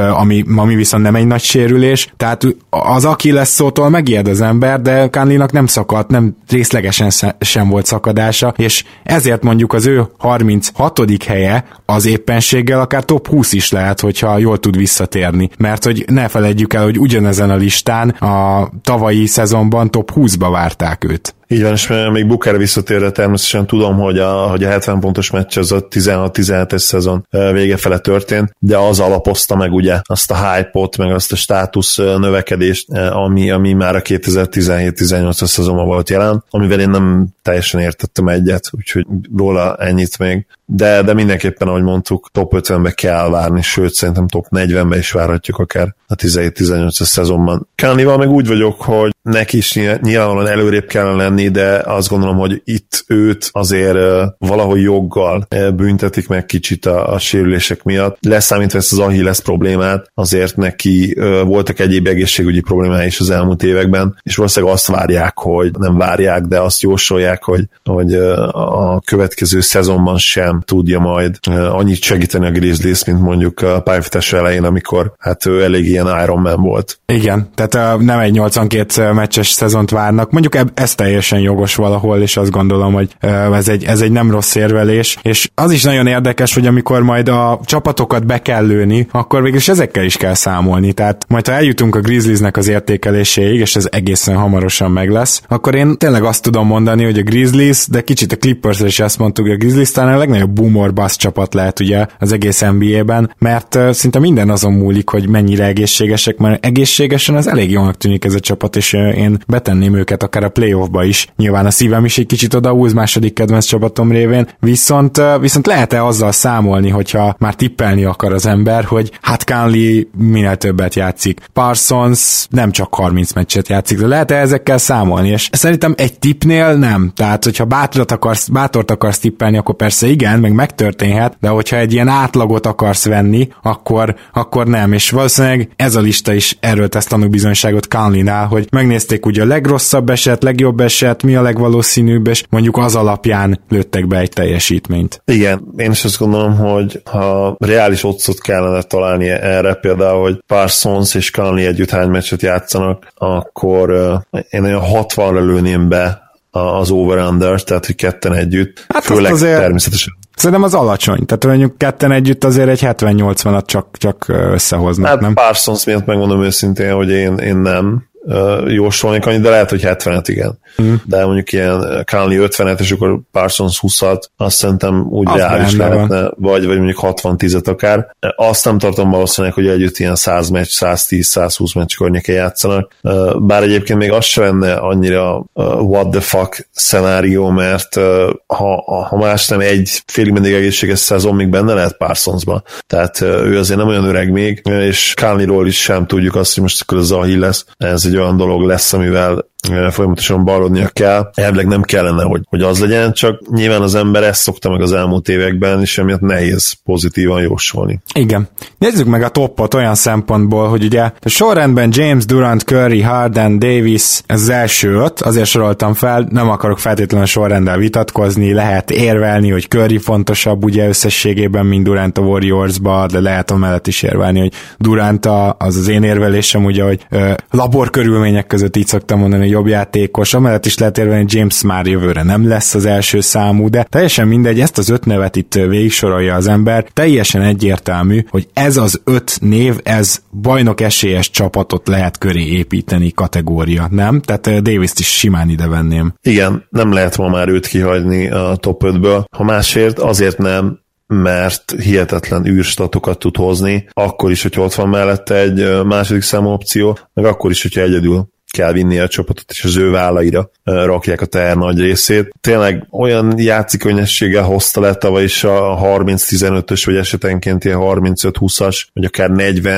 ami, ami viszont nem egy nagy sérülés, tehát az Achilles szótól megijed az ember, de Conleynak nem szakadt, nem részlegesen sem volt szakadása, és ezért mondjuk az ő harminchatodik helye az éppenséggel akár top húsz is lehet, hogyha jól tud visszatérni, mert hogy ne feledjük el, hogy ugyanezen a listán a tavalyi szezonban top húszba várták őt. Így van, és még Booker visszatérve természetesen tudom, hogy a, hogy a hetven pontos meccs az a tizenhat-tizenhetes szezon vége fele történt, de az alapozta meg ugye azt a hype-ot, meg azt a státusz növekedést, ami, ami már a kétezer-tizenhét-tizennyolcas szezonban volt jelen, amivel én nem teljesen értettem egyet, úgyhogy róla ennyit még. De, de mindenképpen, ahogy mondtuk, top ötvenbe kell várni, sőt, szerintem top negyvenbe is várhatjuk akár a tizenhét-tizennyolcas szezonban. Conleyval meg úgy vagyok, hogy neki is nyilvánvalóan előrébb kellene lenni, de azt gondolom, hogy itt őt azért valahogy joggal büntetik meg kicsit a, a sérülések miatt. Leszámítva ezt az Achilles problémát, azért neki voltak egyéb egészségügyi problémái is az elmúlt években, és valószínűleg azt várják, hogy nem várják, de azt jósolják, hogy, hogy a következő szezonban sem tudja majd annyit segíteni a Grizzlies, mint mondjuk a pályafutás elején, amikor hát ő elég ilyen Iron Man volt. Igen, tehát nem egy nyolcvankét meccses szezont várnak, mondjuk ez teljesen jogos valahol, és azt gondolom, hogy ez egy, ez egy nem rossz érvelés, és az is nagyon érdekes, hogy amikor majd a csapatokat be kell lőni, akkor végülis ezekkel is kell számolni, tehát majd ha eljutunk a Grizzliesnek az értékeléséig, és ez egészen hamarosan meg lesz, akkor én tényleg azt tudom mondani, hogy a Grizzlies, de kicsit a Clippersre is azt mondtuk, hogy a Grizzlies talán a legnagyobb boom or bust csapat lehet ugye az egész en bé á-ben, mert uh, szinte minden azon múlik, hogy mennyire egészségesek, mert egészségesen az elég jónak tűnik ez a csapat, és uh, én betenném őket akár a playoffba is. Nyilván a szívem is egy kicsit odahúz második kedvenc csapatom révén, viszont, uh, viszont lehet-e azzal számolni, hogyha már tippelni akar az ember, hogy hát Conley minél többet játszik. Parsons nem csak harminc meccset játszik, de lehet-e ezekkel számolni? És szerintem egy tippnél nem. Tehát, hogyha bátort akarsz, bátort akarsz tippelni, akkor persze igen, meg megtörténhet, de hogyha egy ilyen átlagot akarsz venni, akkor, akkor nem, és valószínűleg ez a lista is erről tesz tanúbizonyságot Conleynál, hogy megnézték ugye a legrosszabb eset, legjobb eset, mi a legvalószínűbb, és mondjuk az alapján lőttek be egy teljesítményt. Igen, én is azt gondolom, hogy ha reális oddsot kellene találni erre, például, hogy Parsons és Conley együtt hány meccset játszanak, akkor uh, én olyan hatvanra lőném be az over-under, tehát hogy ketten együtt, hát főleg azért természetesen. Szerintem az alacsony, tehát mondjuk ketten együtt azért egy hetven-nyolcvanat csak, csak összehoznak, hát nem? Parsons miatt megmondom őszintén, hogy én, én nem uh, jósolnék annyit, de lehet, hogy hetvenet igen. Mm. De mondjuk ilyen Conley ötvenet, és akkor Parsons húszat, azt szerintem úgy az reális lehetne, vagy, vagy mondjuk hatvan-tízet akár. Azt nem tartom valószínűleg, hogy együtt ilyen száz meccs, száztíz-százhúsz meccs környéke játszanak. Uh, bár egyébként még az se lenne annyira uh, what the fuck szenárió, mert uh, ha, ha más nem egy félig mindig egészséges szezon még benne lehet Parsonsba. Tehát uh, ő azért nem olyan öreg még, és Conleyról is sem tudjuk azt, hogy most akkor az Achilles, ez egy olyan dolog lesz, amivel folyamatosan ballodnia kell. Elvileg nem kellene, hogy, hogy az legyen, csak nyilván az ember ezt szokta meg az elmúlt években, és emiatt nehéz pozitívan jósolni. Igen. Nézzük meg a toppot olyan szempontból, hogy ugye a sorrendben James, Durant, Curry, Harden, Davis, ez az első öt, azért soroltam fel, nem akarok feltétlenül a sorrenddel vitatkozni, lehet érvelni, hogy Curry fontosabb ugye összességében, mint Durant a Warriorsba, de lehet amellett is érvelni, hogy Durant a, az az én érvelésem, ugye, hogy ö, labor körülmények között így szoktam mondani, jobb játékos, amellett is lehet érvelni, hogy James már jövőre nem lesz az első számú, de teljesen mindegy, ezt az öt nevet itt végig sorolja az ember, teljesen egyértelmű, hogy ez az öt név, ez bajnok esélyes csapatot lehet köré építeni kategória, nem? Tehát Davis-t is simán ide venném. Igen, nem lehet ma már őt kihagyni a top ötből. Ha másért, azért nem, mert hihetetlen űrstatokat tud hozni, akkor is, hogyha ott van mellette egy második számú opció, meg akkor is, hogyha egyedül kell vinni a csapatot, és az ő vállaira rakják a teher nagy részét. Tényleg olyan játszikönnyességgel hozta le tavaly is a harminc tizenötös, vagy esetenként ilyen harmincöt húszas, vagy akár negyven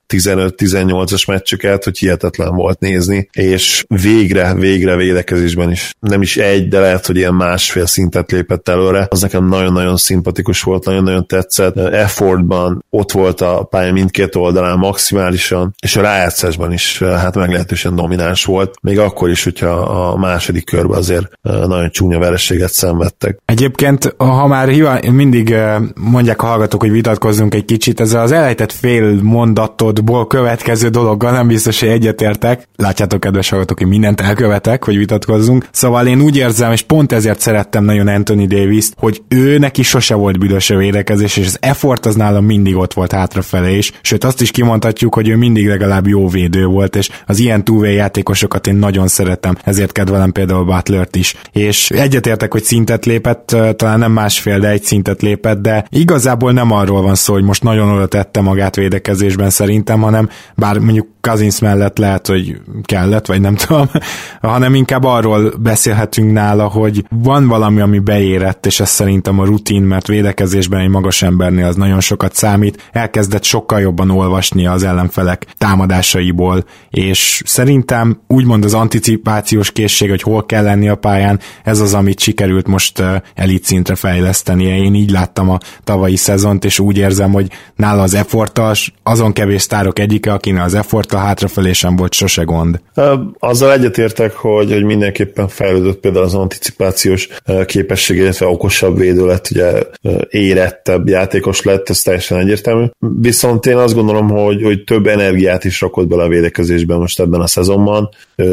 tizenöt-tizennyolcas meccsüket, hogy hihetetlen volt nézni, és végre, végre védekezésben is nem is egy, de lehet, hogy ilyen másfél szintet lépett előre. Az nekem nagyon-nagyon szimpatikus volt, nagyon-nagyon tetszett. Effortban ott volt a pálya mindkét oldalán maximálisan, és a rájátszásban is hát meglehetősen domináns volt. Még akkor is, hogyha a második körben azért nagyon csúnya vereséget szenvedtek. Egyébként, ha már mindig mondják a hallgatók, hogy vitatkozzunk egy kicsit, ezzel az elejtett fél mondatodból következő dologgal nem biztos, hogy egyetértek. Látjátok, kedves hallgatók, hogy mindent elkövetek, hogy vitatkozzunk. Szóval én úgy érzem, és pont ezért szerettem nagyon Anthony Davis-t, hogy ő neki sose volt büdös a védekezés, és az effort az nálam mindig ott volt hátrafele is. Sőt, azt is kimondhatjuk, hogy ő mindig legalább jó védő volt, és az ilyen two-way játékosokat én nagyon szeretem, ezért kedvelem például Butlert is. És egyetértek, hogy szintet lépett, talán nem másfél, de egy szintet lépett, de igazából nem arról van szó, hogy most nagyon oda tette magát védekezésben szerintem, hanem bár mondjuk Cousins mellett lehet, hogy kellett, vagy nem tudom, hanem inkább arról beszélhetünk nála, hogy van valami, ami beérett, és ez szerintem a rutin, mert védekezésben egy magas embernél az nagyon sokat számít, elkezdett sokkal jobban olvasni az ellenfelek támadásaiból, és szerintem úgymond az anticipációs készség, hogy hol kell lenni a pályán, ez az, amit sikerült most elit szintre fejlesztenie. Én így láttam a tavalyi szezont, és úgy érzem, hogy nála az efforttal, azon kevés sztárok egyike, akinek az efforttal hátrafelé sem volt sose gond. Azzal egyetértek, hogy, hogy mindenképpen fejlődött például az anticipációs képesség, illetve okosabb védő lett, ugye érettebb játékos lett, ez teljesen egyértelmű. Viszont én azt gondolom, hogy, hogy több energiát is rakott bele a védekezésben most ebben a szezonban.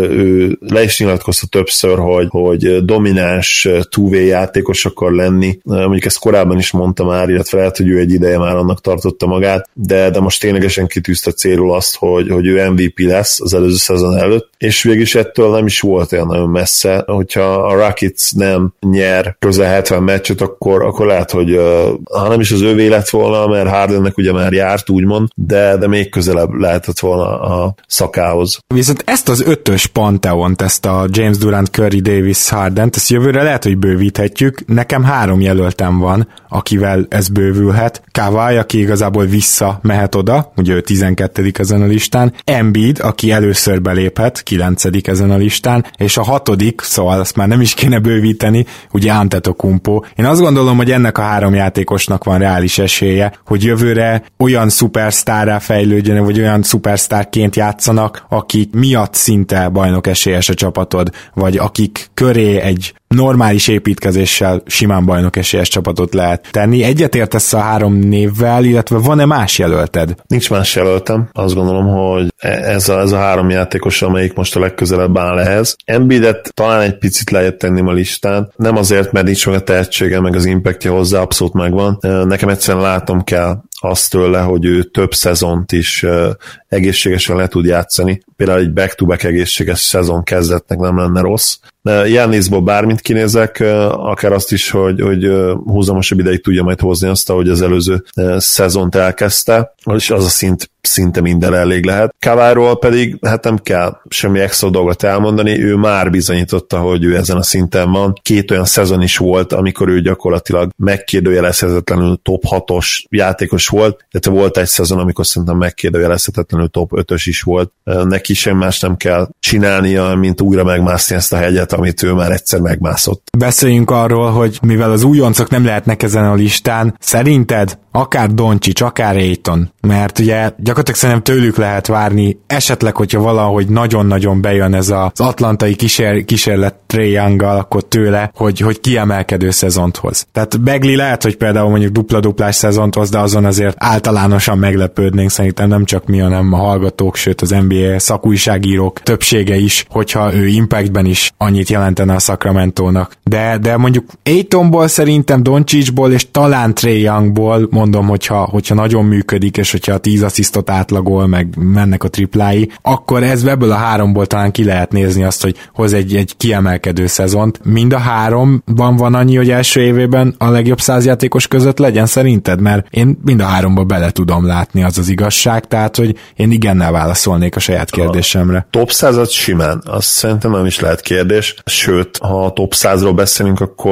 Ő le is nyilatkozta többször, hogy, hogy domináns two-way játékos akar lenni. Mondjuk ezt korábban is mondta már, illetve lehet, hogy ő egy ideje már annak tartotta magát, de, de most ténylegesen kitűzte célul azt, hogy, hogy ő em vé pé lesz az előző szezon előtt, és végülis ettől nem is volt olyan nagyon messze. Hogyha a Rockets nem nyer közel hetven meccset, akkor, akkor lehet, hogy ha nem is az ővé lett volna, mert Hardennek ugye már járt, úgymond, de, de még közelebb lehetett volna a szakához. Viszont ezt az ötös panteont, ezt a James Durant, Curry, Davis, Hardent, ezt jövőre lehet, hogy bővíthetjük. Nekem három jelöltem van, akivel ez bővülhet. Kawhi, aki igazából vissza mehet oda, ugye ő tizenkettedik ezen a listán, Embiid, aki először beléphet, kilencedik ezen a listán, és a hatodik, szóval azt már nem is kéne bővíteni, ugye Antetokounmpo. Én azt gondolom, hogy ennek a három játékosnak van reális esélye, hogy jövőre olyan szupersztárrá fejlődjön, vagy olyan szupersztárként játszanak, akik miatt szinte bajnok esélyes a csapatod, vagy akik köré egy normális építkezéssel simán bajnok esélyes csapatot lehet tenni. Egyetértesz a három névvel, illetve van-e más jelölted? Nincs más jelöltem. Azt gondolom, hogy ez a, ez a három játékos, amelyik most a legközelebb áll ehhez. Embiidet talán egy picit lejjebb tenném a listán. Nem azért, mert nincs meg a tehetsége, meg az impactja hozzá, abszolút megvan. Nekem egyszerűen látom kell azt tőle, hogy ő több szezont is uh, egészségesen le tud játszani. Például egy back-to-back egészséges szezon kezdetnek nem lenne rossz. Giannisból bármit kinézek, uh, akár azt is, hogy, hogy uh, húzamosabb ideig tudja majd hozni azt, ahogy az előző uh, szezont elkezdte, és az a szint szinte minden elég lehet. Kawhiról pedig hát nem kell semmi extra dolgot elmondani, ő már bizonyította, hogy ő ezen a szinten van. Két olyan szezon is volt, amikor ő gyakorlatilag megkérdőjelezhetetlenül top hatos játékos volt, illetve volt egy szezon, amikor szerintem megkérdőjelezhetetlenül top ötös is volt. Neki sem más nem kell csinálnia, mint újra megmászni ezt a hegyet, amit ő már egyszer megmászott. Beszéljünk arról, hogy mivel az újoncok nem lehetnek ezen a listán, szerinted akár Doncic, akár Ayton, mert ugye gyakorlatilag szerintem tőlük lehet várni, esetleg, hogyha valahogy nagyon-nagyon bejön ez az atlantai kísér, kísérlet Trae Younggal, akkor tőle, hogy, hogy kiemelkedő szezont hoz. Tehát Bagley lehet, hogy például mondjuk dupla-duplás szezont hoz, de azon azért általánosan meglepődnénk, szerintem nem csak mi, hanem a hallgatók, sőt az en bé á szakújságírók többsége is, hogyha ő impactben is annyit jelentene a Sacramento-nak. De, de mondjuk Aytonból szerintem, Doncicból és talán Trae Youngból mondom, hogyha, hogyha nagyon működik, és hogyha a tíz asszisztot átlagol, meg mennek a triplái, akkor ez ebből a háromból talán ki lehet nézni azt, hogy hoz egy, egy kiemelkedő szezont. Mind a háromban van annyi, hogy első évében a legjobb száz játékos között legyen szerinted? Mert én mind a háromba bele tudom látni, az az igazság, tehát, hogy én igennel válaszolnék a saját kérdésemre. A top százat simán, azt szerintem nem is lehet kérdés, sőt, ha a top százról beszélünk, akkor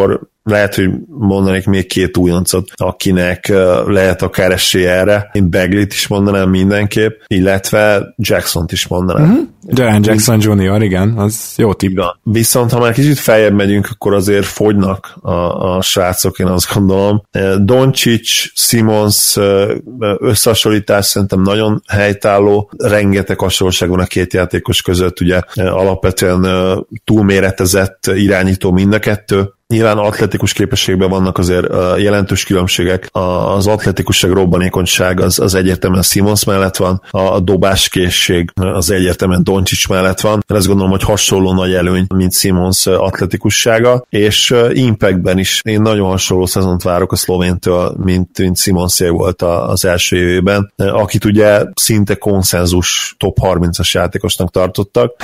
lehet, hogy mondanék még két újoncot, akinek lehet akár esély erre. Én Bagleyt is mondanám mindenképp, illetve Jacksont is mondanám. Uh-huh. Jaren Jackson junior, igen, az jó tipp. Viszont ha már kicsit feljebb megyünk, akkor azért fogynak a, a srácok, én azt gondolom. Doncic, Simmons összehasonlítás szerintem nagyon helytálló, rengeteg hasonlóság van a két játékos között, ugye alapvetően túlméretezett irányító mind a kettő. Nyilván atletikus képességben vannak azért jelentős különbségek. Az atletikusság, robbanékonyság az, az egyértelműen Simmons mellett van, a dobáskészség az egyértelműen Doncic mellett van. Ezt gondolom, hogy hasonló nagy előny, mint Simmons atletikussága, és impactben is én nagyon hasonló szezont várok a szlovéntől, mint, mint Simmonsé volt az első évében, akit ugye szinte konszenzus top harmincas játékosnak tartottak.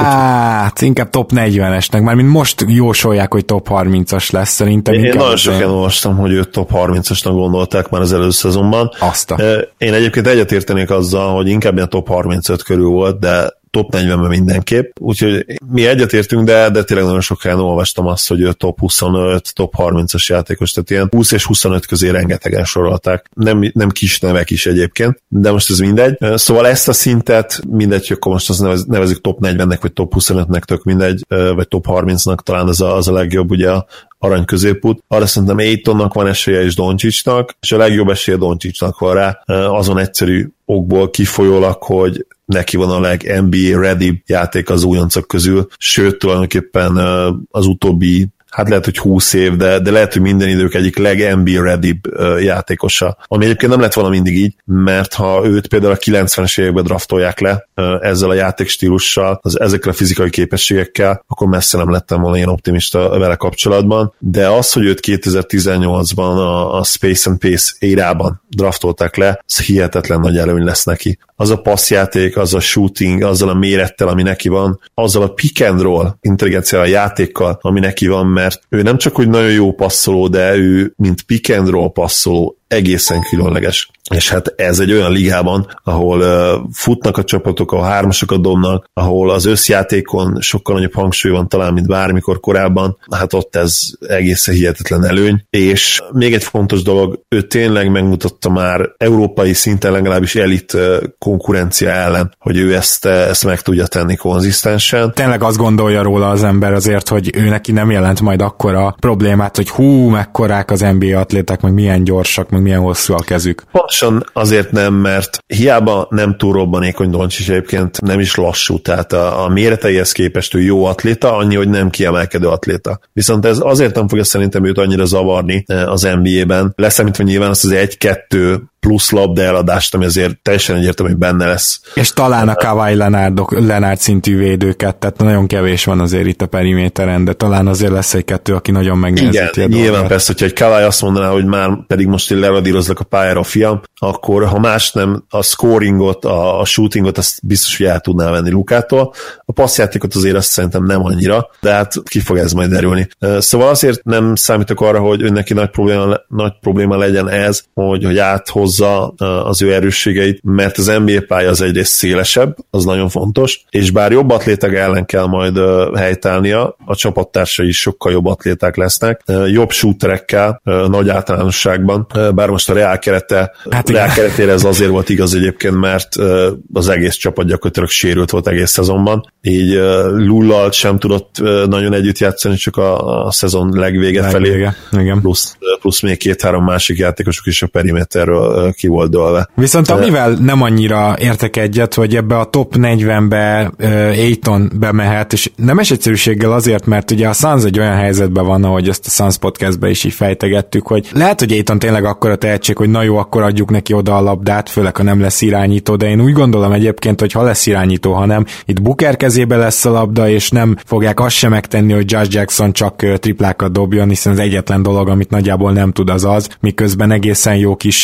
Hát, Úgy, inkább top negyvenesnek, már mint most jósolják, hogy top harmincas lesz, szerintem. Én nagyon sokan olvastam, hogy őt top harmincasnak gondolták már az előző szezonban. Azta. Én egyébként egyetértenék azzal, hogy inkább ilyen top harmincöt körül volt, de top negyvenben mindenképp, úgyhogy mi egyetértünk, de, de tényleg nagyon sok helyen olvastam azt, hogy ő top huszonöt, top harmincas játékos, tehát ilyen húsz és huszonöt közé rengetegen sorolták. Nem, nem kis nevek is egyébként, de most ez mindegy. Szóval ezt a szintet mindegy, hogy akkor most azt nevez, nevezzük top negyvennek, vagy top huszonötnek, tök mindegy, vagy top harmincnak, talán az a, az a legjobb, ugye a arany középút. Arra szerintem Aytonnak van esélye és Doncicnak, és a legjobb esélye Doncicnak van rá, azon egyszerű okból kifolyólag, hogy neki van a leg-en bé á ready játék az újoncok közül, sőt tulajdonképpen az utóbbi, hát lehet, hogy húsz év, de, de lehet, hogy minden idők egyik leg-en bé á ready játékosa. Ami egyébként nem lett volna mindig így, mert ha őt például a kilencvenes években draftolják le ezzel a játékstílussal, az, ezekkel a fizikai képességekkel, akkor messze nem lettem volna ilyen optimista vele kapcsolatban, de az, hogy őt kétezer-tizennyolcban a, a Space and Pace érában draftolták le, ez hihetetlen nagy előny lesz neki. Az a passzjáték, az a shooting, azzal a mérettel, ami neki van, azzal a pick and roll intelligenciával, a játékkal, ami neki van, mert ő nem csak, hogy nagyon jó passzoló, de ő, mint pick and roll passzoló, egészen különleges. És hát ez egy olyan ligában, ahol uh, futnak a csapatok, ahol hármasokat dobnak, ahol az összjátékon sokkal nagyobb hangsúly van talán, mint bármikor korábban, hát ott ez egészen hihetetlen előny. És még egy fontos dolog, ő tényleg megmutatta már európai szinten legalábbis elit uh, konkurencia ellen, hogy ő ezt, ezt meg tudja tenni konzisztensen. Tényleg azt gondolja róla az ember azért, hogy ő neki nem jelent majd akkora problémát, hogy hú, mekkorák az en bé á atléták, meg milyen gyorsak, meg milyen hosszú a kezük. Pontosan azért nem, mert hiába nem túl robbanékony Doncic, egyébként nem is lassú, tehát a, a méreteihez képest ő jó atléta, annyi, hogy nem kiemelkedő atléta. Viszont ez azért nem fogja szerintem őt annyira zavarni az en bé á-ben, leszámítva nyilván azt az egy-kettő plusz labda eladást, ami azért teljesen egyértelmű, hogy benne lesz. És talán a Kawhi Leonard, Leonard szintű védőket, tehát nagyon kevés van azért itt a periméteren, de talán azért lesz egy-kettő, aki nagyon megnehezíti. Igen, nyilván persze, hogyha egy Kawhi azt mondaná, hogy már pedig most leradírozlak a pályára a fiam, akkor ha más nem, a scoringot, a, a shootingot, azt biztos, hogy el tudná venni Lukától. A passzjátékot azért azt szerintem nem annyira, de hát ki fog ez majd derülni. Szóval azért nem számítok arra, hogy önnek nagy probléma, nagy probléma legyen ez, hogy, hogy áthoz az ő erősségeit, mert az en bé á pálya az egyrészt szélesebb, az nagyon fontos, és bár jobb atléták ellen kell majd helytállnia, a csapattársai is sokkal jobb atléták lesznek, jobb shooterekkel, nagy általánosságban, bár most a Real kerete, hát Real keretére ez azért volt igaz egyébként, mert az egész csapat gyakorlatilag sérült volt egész szezonban, így Lullal sem tudott nagyon együtt játszani, csak a, a szezon legvége felé, igen. Plusz, plusz még két-három másik játékosok is a periméterről ki volt dőlve. Viszont amivel nem annyira értek egyet, hogy ebbe a top negyvenbe uh, Ayton bemehet, és nemes egyszerűséggel azért, mert ugye a Suns egy olyan helyzetben van, ahogy ezt a Suns podcastben is így fejtegettük, hogy lehet, hogy Ayton tényleg akkora tehetség, hogy na jó, akkor adjuk neki oda a labdát, főleg ha nem lesz irányító, de én úgy gondolom egyébként, hogy ha lesz irányító, hanem itt Booker kezébe lesz a labda, és nem fogják azt sem megtenni, hogy Josh Jackson csak triplákat dobjon, hiszen az egyetlen dolog, amit nagyjából nem tud, az az, miközben egészen jó kis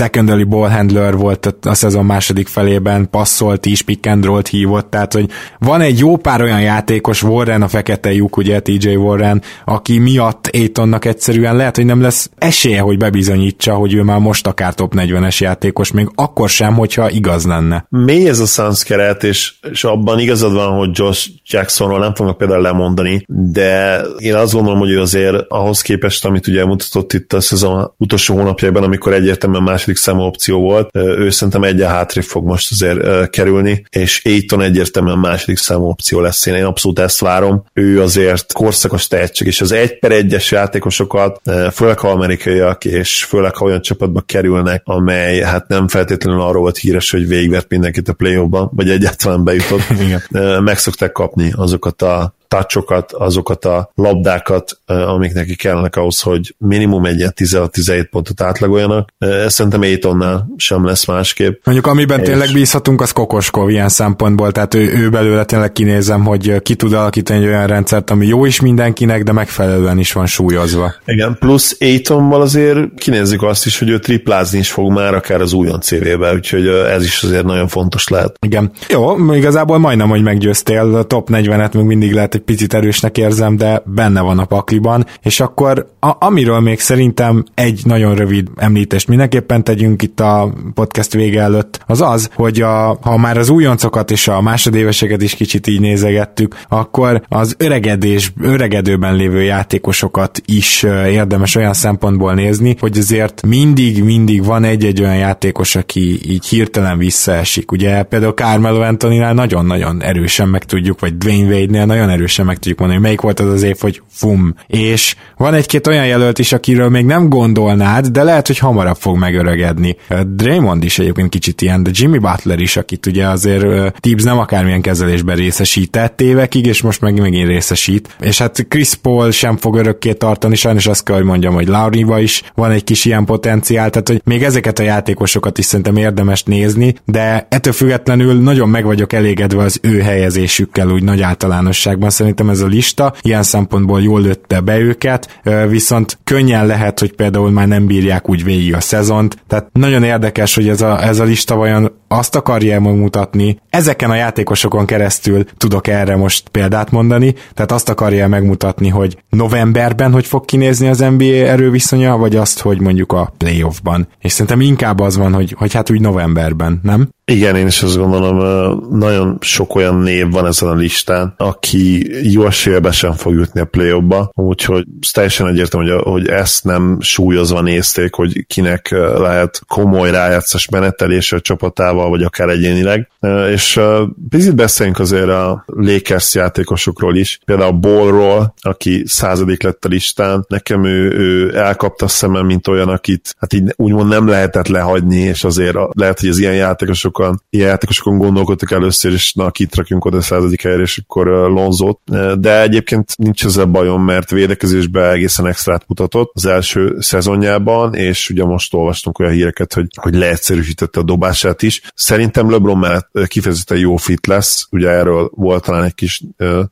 secondary ball handler volt a szezon második felében, passzolt is, pick and roll-t hívott, tehát hogy van egy jó pár olyan játékos, Warren a fekete lyuk, ugye té jé Warren, aki miatt Aytonnak egyszerűen lehet, hogy nem lesz esélye, hogy bebizonyítsa, hogy ő már most akár top negyvenes játékos, még akkor sem, hogyha igaz lenne. Mély ez a Suns keret, és, és abban igazad van, hogy Josh Jacksonról nem fognak például lemondani, de én azt gondolom, hogy ő azért ahhoz képest, amit ugye mutatott itt a szezon utolsó hónapjában, amikor egyértelműen második számú opció volt, ő szerintem egyen hátrébb fog most azért kerülni, és Ayton egyértelműen második számú opció lesz. Én, én abszolút ezt várom. Ő azért korszakos tehetség, és az egy per egyes játékosokat, főleg ha amerikaiak, és főleg ha olyan csapatba kerülnek, amely hát nem feltétlenül arról volt híres, hogy végigvert mindenkit a play-offban, vagy egyáltalán bejutott, meg szokták kapni azokat a touchokat, azokat a labdákat, amik neki kellenek ahhoz, hogy minimum egy tizenhat-tizenhét pontot átlagoljanak. Ez szerintem Aytonnál sem lesz másképp. Mondjuk amiben és... tényleg bízhatunk, az Kokoskov ilyen szempontból, tehát ő, ő belőle tényleg kinézem, hogy ki tud alakítani egy olyan rendszert, ami jó is mindenkinek, de megfelelően is van súlyozva. Igen, plusz Aytonval azért kinézzük azt is, hogy ő triplázni is fog már akár az újon cé vé-be, úgyhogy ez is azért nagyon fontos lehet. Igen. Jó, igazából majdnem, hogy meggyőztél, a top negyvenet még mindig lehet picit erősnek érzem, de benne van a pakliban, és akkor a, amiről még szerintem egy nagyon rövid említést mindenképpen tegyünk itt a podcast vége előtt, az az, hogy a, ha már az újoncokat és a másodéveseket is kicsit így nézegettük, akkor az öregedés, öregedőben lévő játékosokat is érdemes olyan szempontból nézni, hogy azért mindig-mindig van egy-egy olyan játékos, aki így hirtelen visszaesik. Ugye például Carmelo Anthonynál nagyon-nagyon erősen meg tudjuk, vagy Dwayne Wade-nél nagyon erősen meg tudjuk mondani, hogy melyik volt az az év, hogy fum. És van egy-két olyan jelölt is, akiről még nem gondolnád, de lehet, hogy hamarabb fog megöregedni. Draymond is egyébként kicsit ilyen, de Jimmy Butler is, akit ugye azért Tibbs nem akármilyen kezelésben részesített évekig, és most meg megint részesít. És hát Chris Paul sem fog örökké tartani, sajnos azt kell, hogy mondjam, hogy Lowryba is van egy kis ilyen potenciál, tehát hogy még ezeket a játékosokat is szerintem érdemes nézni, de ettől függetlenül nagyon meg vagyok elégedve az ő helyezésükkel úgy nagy általánosságban. Szerintem ez a lista ilyen szempontból jól lőtte be őket, viszont könnyen lehet, hogy például már nem bírják úgy végig a szezont, tehát nagyon érdekes, hogy ez a, ez a lista vajon azt akarja megmutatni, ezeken a játékosokon keresztül tudok erre most példát mondani, tehát azt akarja megmutatni, hogy novemberben hogy fog kinézni az en bé á erőviszonya, vagy azt, hogy mondjuk a playoffban. És szerintem inkább az van, hogy, hogy hát úgy novemberben, nem? Igen, én is azt gondolom, nagyon sok olyan név van ezen a listán, aki jó eséllyel sem fog jutni a play-offba, úgyhogy teljesen egyértelmű, hogy, hogy ezt nem súlyozva nézték, hogy kinek lehet komoly rájátszás menetelése a csapatával, vagy akár egyénileg. És picit beszéljünk azért a Lakers játékosokról is, például Ballról, aki századik lett a listán, nekem ő, ő elkapta a szemem, mint olyan, akit hát így úgymond nem lehetett lehagyni, és azért lehet, hogy az ilyen játékosok ilyen játékosokon gondolkodtak először, és na, kit rakjunk oda a századik helyre, és akkor Lonzót. De egyébként nincs ezzel bajom, mert védekezésben egészen extrát mutatott az első szezonjában, és ugye most olvastunk olyan híreket, hogy, hogy leegyszerűsítette a dobását is. Szerintem LeBron mellett kifejezetten jó fit lesz, ugye erről volt talán egy kis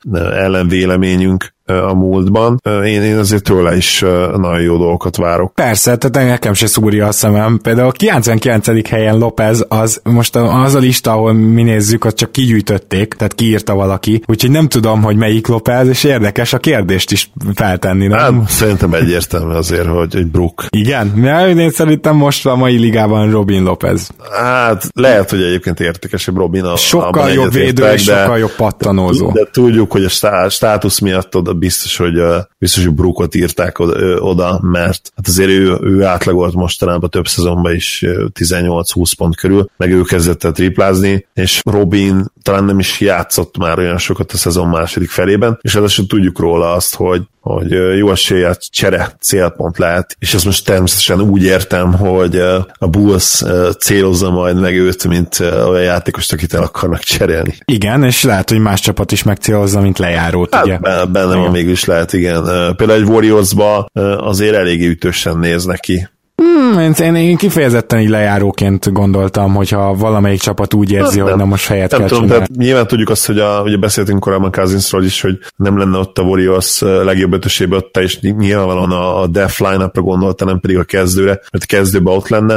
ellenvéleményünk a múltban. Én, én azért tőle is nagyon jó dolgokat várok. Persze, tehát nekem se szúrja a szemem. Például a kilencvenkilencedik helyen Lopez, az most az a lista, ahol mi nézzük, azt csak kigyűjtötték, tehát kiírta valaki, úgyhogy nem tudom, hogy melyik Lopez, és érdekes a kérdést is feltenni, nem? Hát, szerintem egyértelmű azért, hogy egy Brook. Igen? Mert én szerintem most a mai ligában Robin Lopez. Hát, lehet, hogy egyébként értékesebb Robin. A, sokkal jobb védő, és de, sokkal jobb pattanózó. De, de tudjuk, hogy a státusz miatt oda biztos, hogy biztos, hogy Brookot írták oda, oda, mert hát azért ő, ő átlagolt mostanában több szezonban is tizennyolc-húsz pont körül, meg ő kezdett el triplázni, és Robin talán nem is játszott már olyan sokat a szezon második felében, és először tudjuk róla azt, hogy hogy jó eséllyel csere célpont lehet, és ezt most természetesen úgy értem, hogy a Bulls célozza majd meg őt, mint olyan játékost, akit el akarnak cserélni. Igen, és lehet, hogy más csapat is megcélozza, mint lejárót, hát, ugye? Benne van mégis lehet, igen. Például egy Warriors-ba azért eléggé ütősen néz neki. Hmm, én, én kifejezetten így lejáróként gondoltam, hogyha valamelyik csapat úgy érzi, nem, hogy nem most helyet nem kell tudom, csinálni. Tehát nyilván tudjuk azt, hogy a, ugye beszéltünk korábban Cousinsról is, hogy nem lenne ott a Warriors legjobb ötösébe ötte, és nyilvánvalóan a, a def line-upra gondolta, nem pedig a kezdőre, mert a kezdőben ott lenne,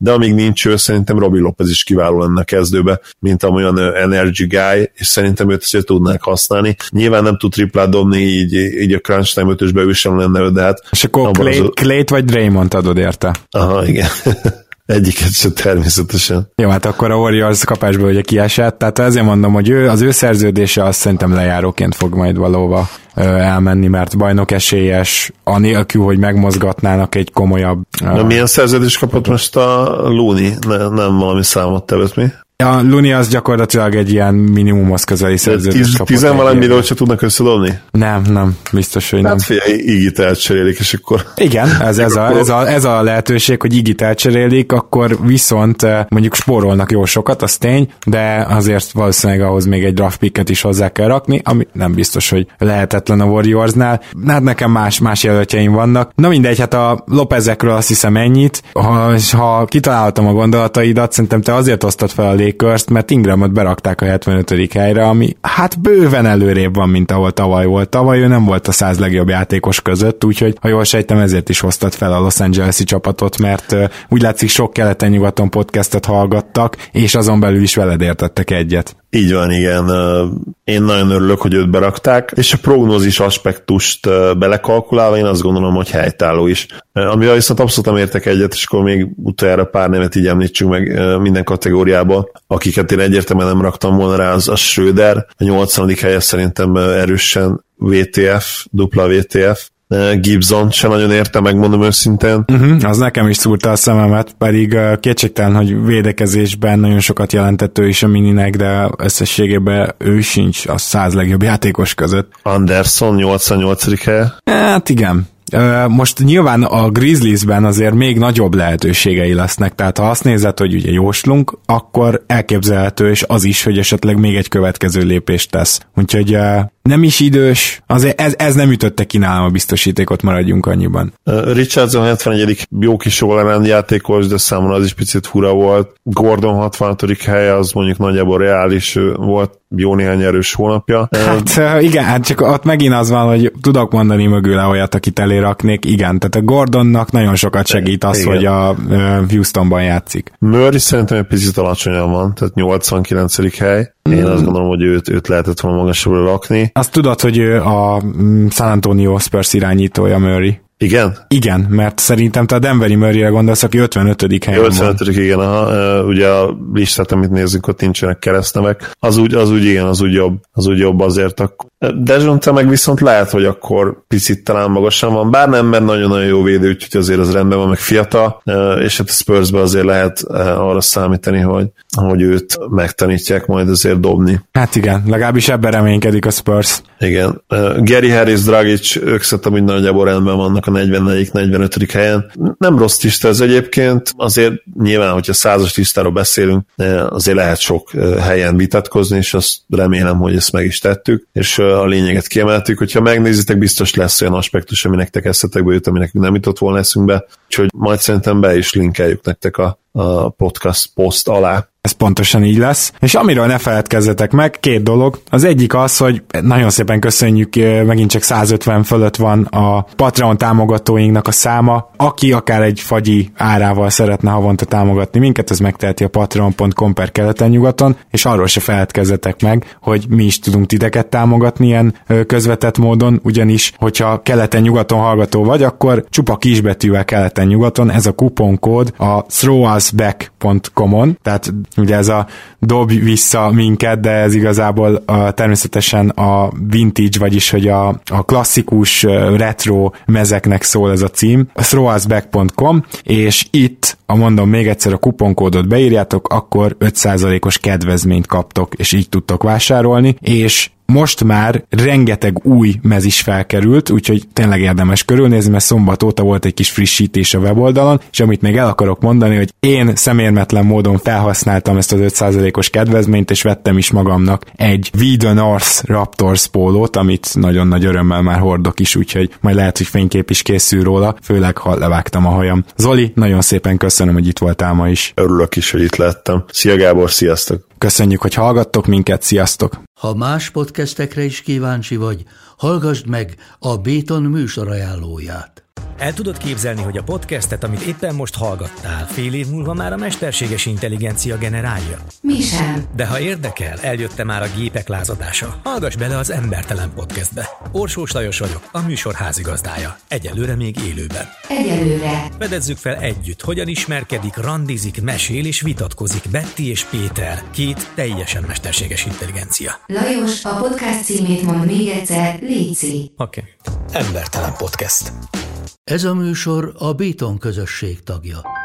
de amíg nincs ő, szerintem Robbie Lopez is kiváló lenne a kezdőbe, mint amolyan energy guy, és szerintem őt azért tudnák használni. Nyilván nem tud triplát dobni, így, így a crunch time ötösbe ő sem lenne ő, de hát... És akkor Clay, az... Clayt vagy Draymond adod érte? Aha, igen. Egyiket sem természetesen. Jó, hát akkor a Warriors kapásból ugye kiesett, tehát ezért mondom, hogy ő, az ő szerződése azt szerintem lejáróként fog majd valóva elmenni, mert bajnok esélyes, anélkül, hogy megmozgatnának egy komolyabb... Na, milyen szerződés kapott most a Looney? Ne, nem valami számot tevet mi? A Looney az gyakorlatilag egy ilyen minimumhoz közeli szerződés kapott. Tizenvalami milliót se tudnak összedobni? Nem, nem, biztos, hogy nem. Hát figyelj, Iggyt elcserélik, és akkor... Igen, ez, ez, a, ez, a, ez a lehetőség, hogy Iggyt elcserélik, akkor viszont mondjuk spórolnak jó sokat, az tény, de azért valószínűleg ahhoz még egy draft picket is hozzá kell rakni, ami nem biztos, hogy lehetetlen a Warriorsnál. Hát nekem más, más jelöltjeim vannak. Na mindegy, hát a Lopezekről azt hiszem ennyit. Ha, ha kitaláltam a gondolataidat, szerintem te azért osztad fel a Lakers-t, mert Ingramot berakták a hetvenötödik helyre, ami hát bőven előrébb van, mint ahol tavaly volt. Tavaly ő nem volt a száz legjobb játékos között, úgyhogy ha jól sejtem, ezért is hoztad fel a Los Angeles-i csapatot, mert uh, úgy látszik sok keleten-nyugaton podcastet hallgattak, és azon belül is veled értettek egyet. Így van, igen. Én nagyon örülök, hogy őt berakták, és a prognózis aspektust belekalkulálva én azt gondolom, hogy helytálló is. Amivel viszont abszolút nem értek egyet, és akkor még utoljára pár nevet így említsünk meg minden kategóriába, akiket én egyértelműen nem raktam volna rá, az a Schröder, a nyolcvadik helye szerintem erősen vé té ef, dupla vé té ef, Gibson se nagyon érte, megmondom őszintén. Uh-huh, az nekem is szúrta a szememet, pedig uh, kétségtelen, hogy védekezésben nagyon sokat jelentett ő is a mininek, de összességében ő sincs a száz legjobb játékos között. Anderson nyolcvannyolcadik helye. Hát igen. Most nyilván a Grizzliesben azért még nagyobb lehetőségei lesznek, tehát ha azt nézed, hogy ugye jóslunk, akkor elképzelhető, és az is, hogy esetleg még egy következő lépést tesz. Úgyhogy nem is idős, azért ez, ez nem ütötte ki nálam a biztosítékot, maradjunk annyiban. Richardson hetvenegyedik jó kis all-around játékos, de számomra az is picit fura volt. Gordon hatvanötödik helye, az mondjuk nagyjából reális volt, jó néhány erős hónapja. Hát igen, hát csak ott megint az van, hogy tudok mondani mögül olyat, akit eléraknék, igen, tehát a Gordonnak nagyon sokat segít az, igen, hogy a Houstonban játszik. Murray szerintem egy picit alacsonyan van, tehát nyolcvankilencedik hely. Én azt gondolom, hogy őt, őt lehetett volna magasabbra rakni. Azt tudod, hogy ő a San Antonio Spurs irányítója, Murray. Igen? Igen, mert szerintem te a Denveri Murrayre gondolsz, aki ötvenötödik helyen ötvenötödik van. Igen, aha. Ugye a listát, amit nézzük, ott nincsenek keresztnevek. Az úgy, az úgy igen, az úgy jobb, az úgy jobb azért. Akkor. Dejounte meg viszont lehet, hogy akkor picit talán magasan van, bár nem, mert nagyon-nagyon jó védő, úgyhogy azért az rendben van, meg fiatal, és hát a Spursben azért lehet arra számítani, hogy, hogy őt megtanítják majd azért dobni. Hát igen, legalábbis ebben reménykedik a Spurs. Igen. Gary Harris, Dragic, ők szerintem úgy nagyjából rendben vannak a negyvennégy negyvenötödik helyen. Nem rossz tiszta ez egyébként, azért nyilván, hogyha százas tisztáról beszélünk, azért lehet sok helyen vitatkozni, és azt remélem, hogy ezt meg is tettük, és a lényeget kiemeltük, hogyha megnézitek, biztos lesz olyan aspektus, ami nektek eszetekbe jut, ami nekünk nem jutott volna eszünkbe, úgyhogy majd szerintem be is linkeljük nektek a, a podcast post alá. Ez pontosan így lesz. És amiről ne feledkezzetek meg, két dolog. Az egyik az, hogy nagyon szépen köszönjük, megint csak százötven fölött van a Patreon támogatóinknak a száma. Aki akár egy fagyi árával szeretne havonta támogatni minket, az megteheti a patreon pont com per keleten-nyugaton, és arról se feledkezzetek meg, hogy mi is tudunk titeket támogatni ilyen közvetett módon, ugyanis, hogyha keleten-nyugaton hallgató vagy, akkor csupa kisbetűvel keleten-nyugaton, ez a kuponkód a throw us back pont com-on, tehát ugye ez a dobj vissza minket, de ez igazából a, természetesen a vintage, vagyis hogy a, a klasszikus retro mezeknek szól ez a cím, throw us back pont com, és itt, ha mondom még egyszer, a kuponkódot beírjátok, akkor öt százalékos kedvezményt kaptok, és így tudtok vásárolni, és most már rengeteg új mez is felkerült, úgyhogy tényleg érdemes körülnézni, mert szombat óta volt egy kis frissítés a weboldalon, és amit még el akarok mondani, hogy én szemérmetlen módon felhasználtam ezt az öt százalékos kedvezményt, és vettem is magamnak egy We the North Raptors pólót, amit nagyon nagy örömmel már hordok is, úgyhogy majd lehet, hogy fénykép is készül róla, főleg ha levágtam a hajam. Zoli, nagyon szépen köszönöm, hogy itt voltál ma is. Örülök is, hogy itt lettem. Szia Gábor, sziasztok! Köszönjük, hogy hallgattok minket, sziasztok! Ha más podcastekre is kíváncsi vagy, hallgassd meg a Béton műsor ajánlóját. El tudod képzelni, hogy a podcastet, amit éppen most hallgattál, fél év múlva már a mesterséges intelligencia generálja? Mi sem. De ha érdekel, eljött már a gépek lázadása. Hallgass bele az Embertelen Podcastbe. Orsós Lajos vagyok, a műsor házigazdája. Egyelőre még élőben. Egyelőre. Fedezzük fel együtt, hogyan ismerkedik, randizik, mesél és vitatkozik Betty és Péter, két teljesen mesterséges intelligencia. Lajos, a podcast címét mond még egyszer, léci. Oké. Okay. Embertelen Podcast. Ez a műsor a Béton közösség tagja.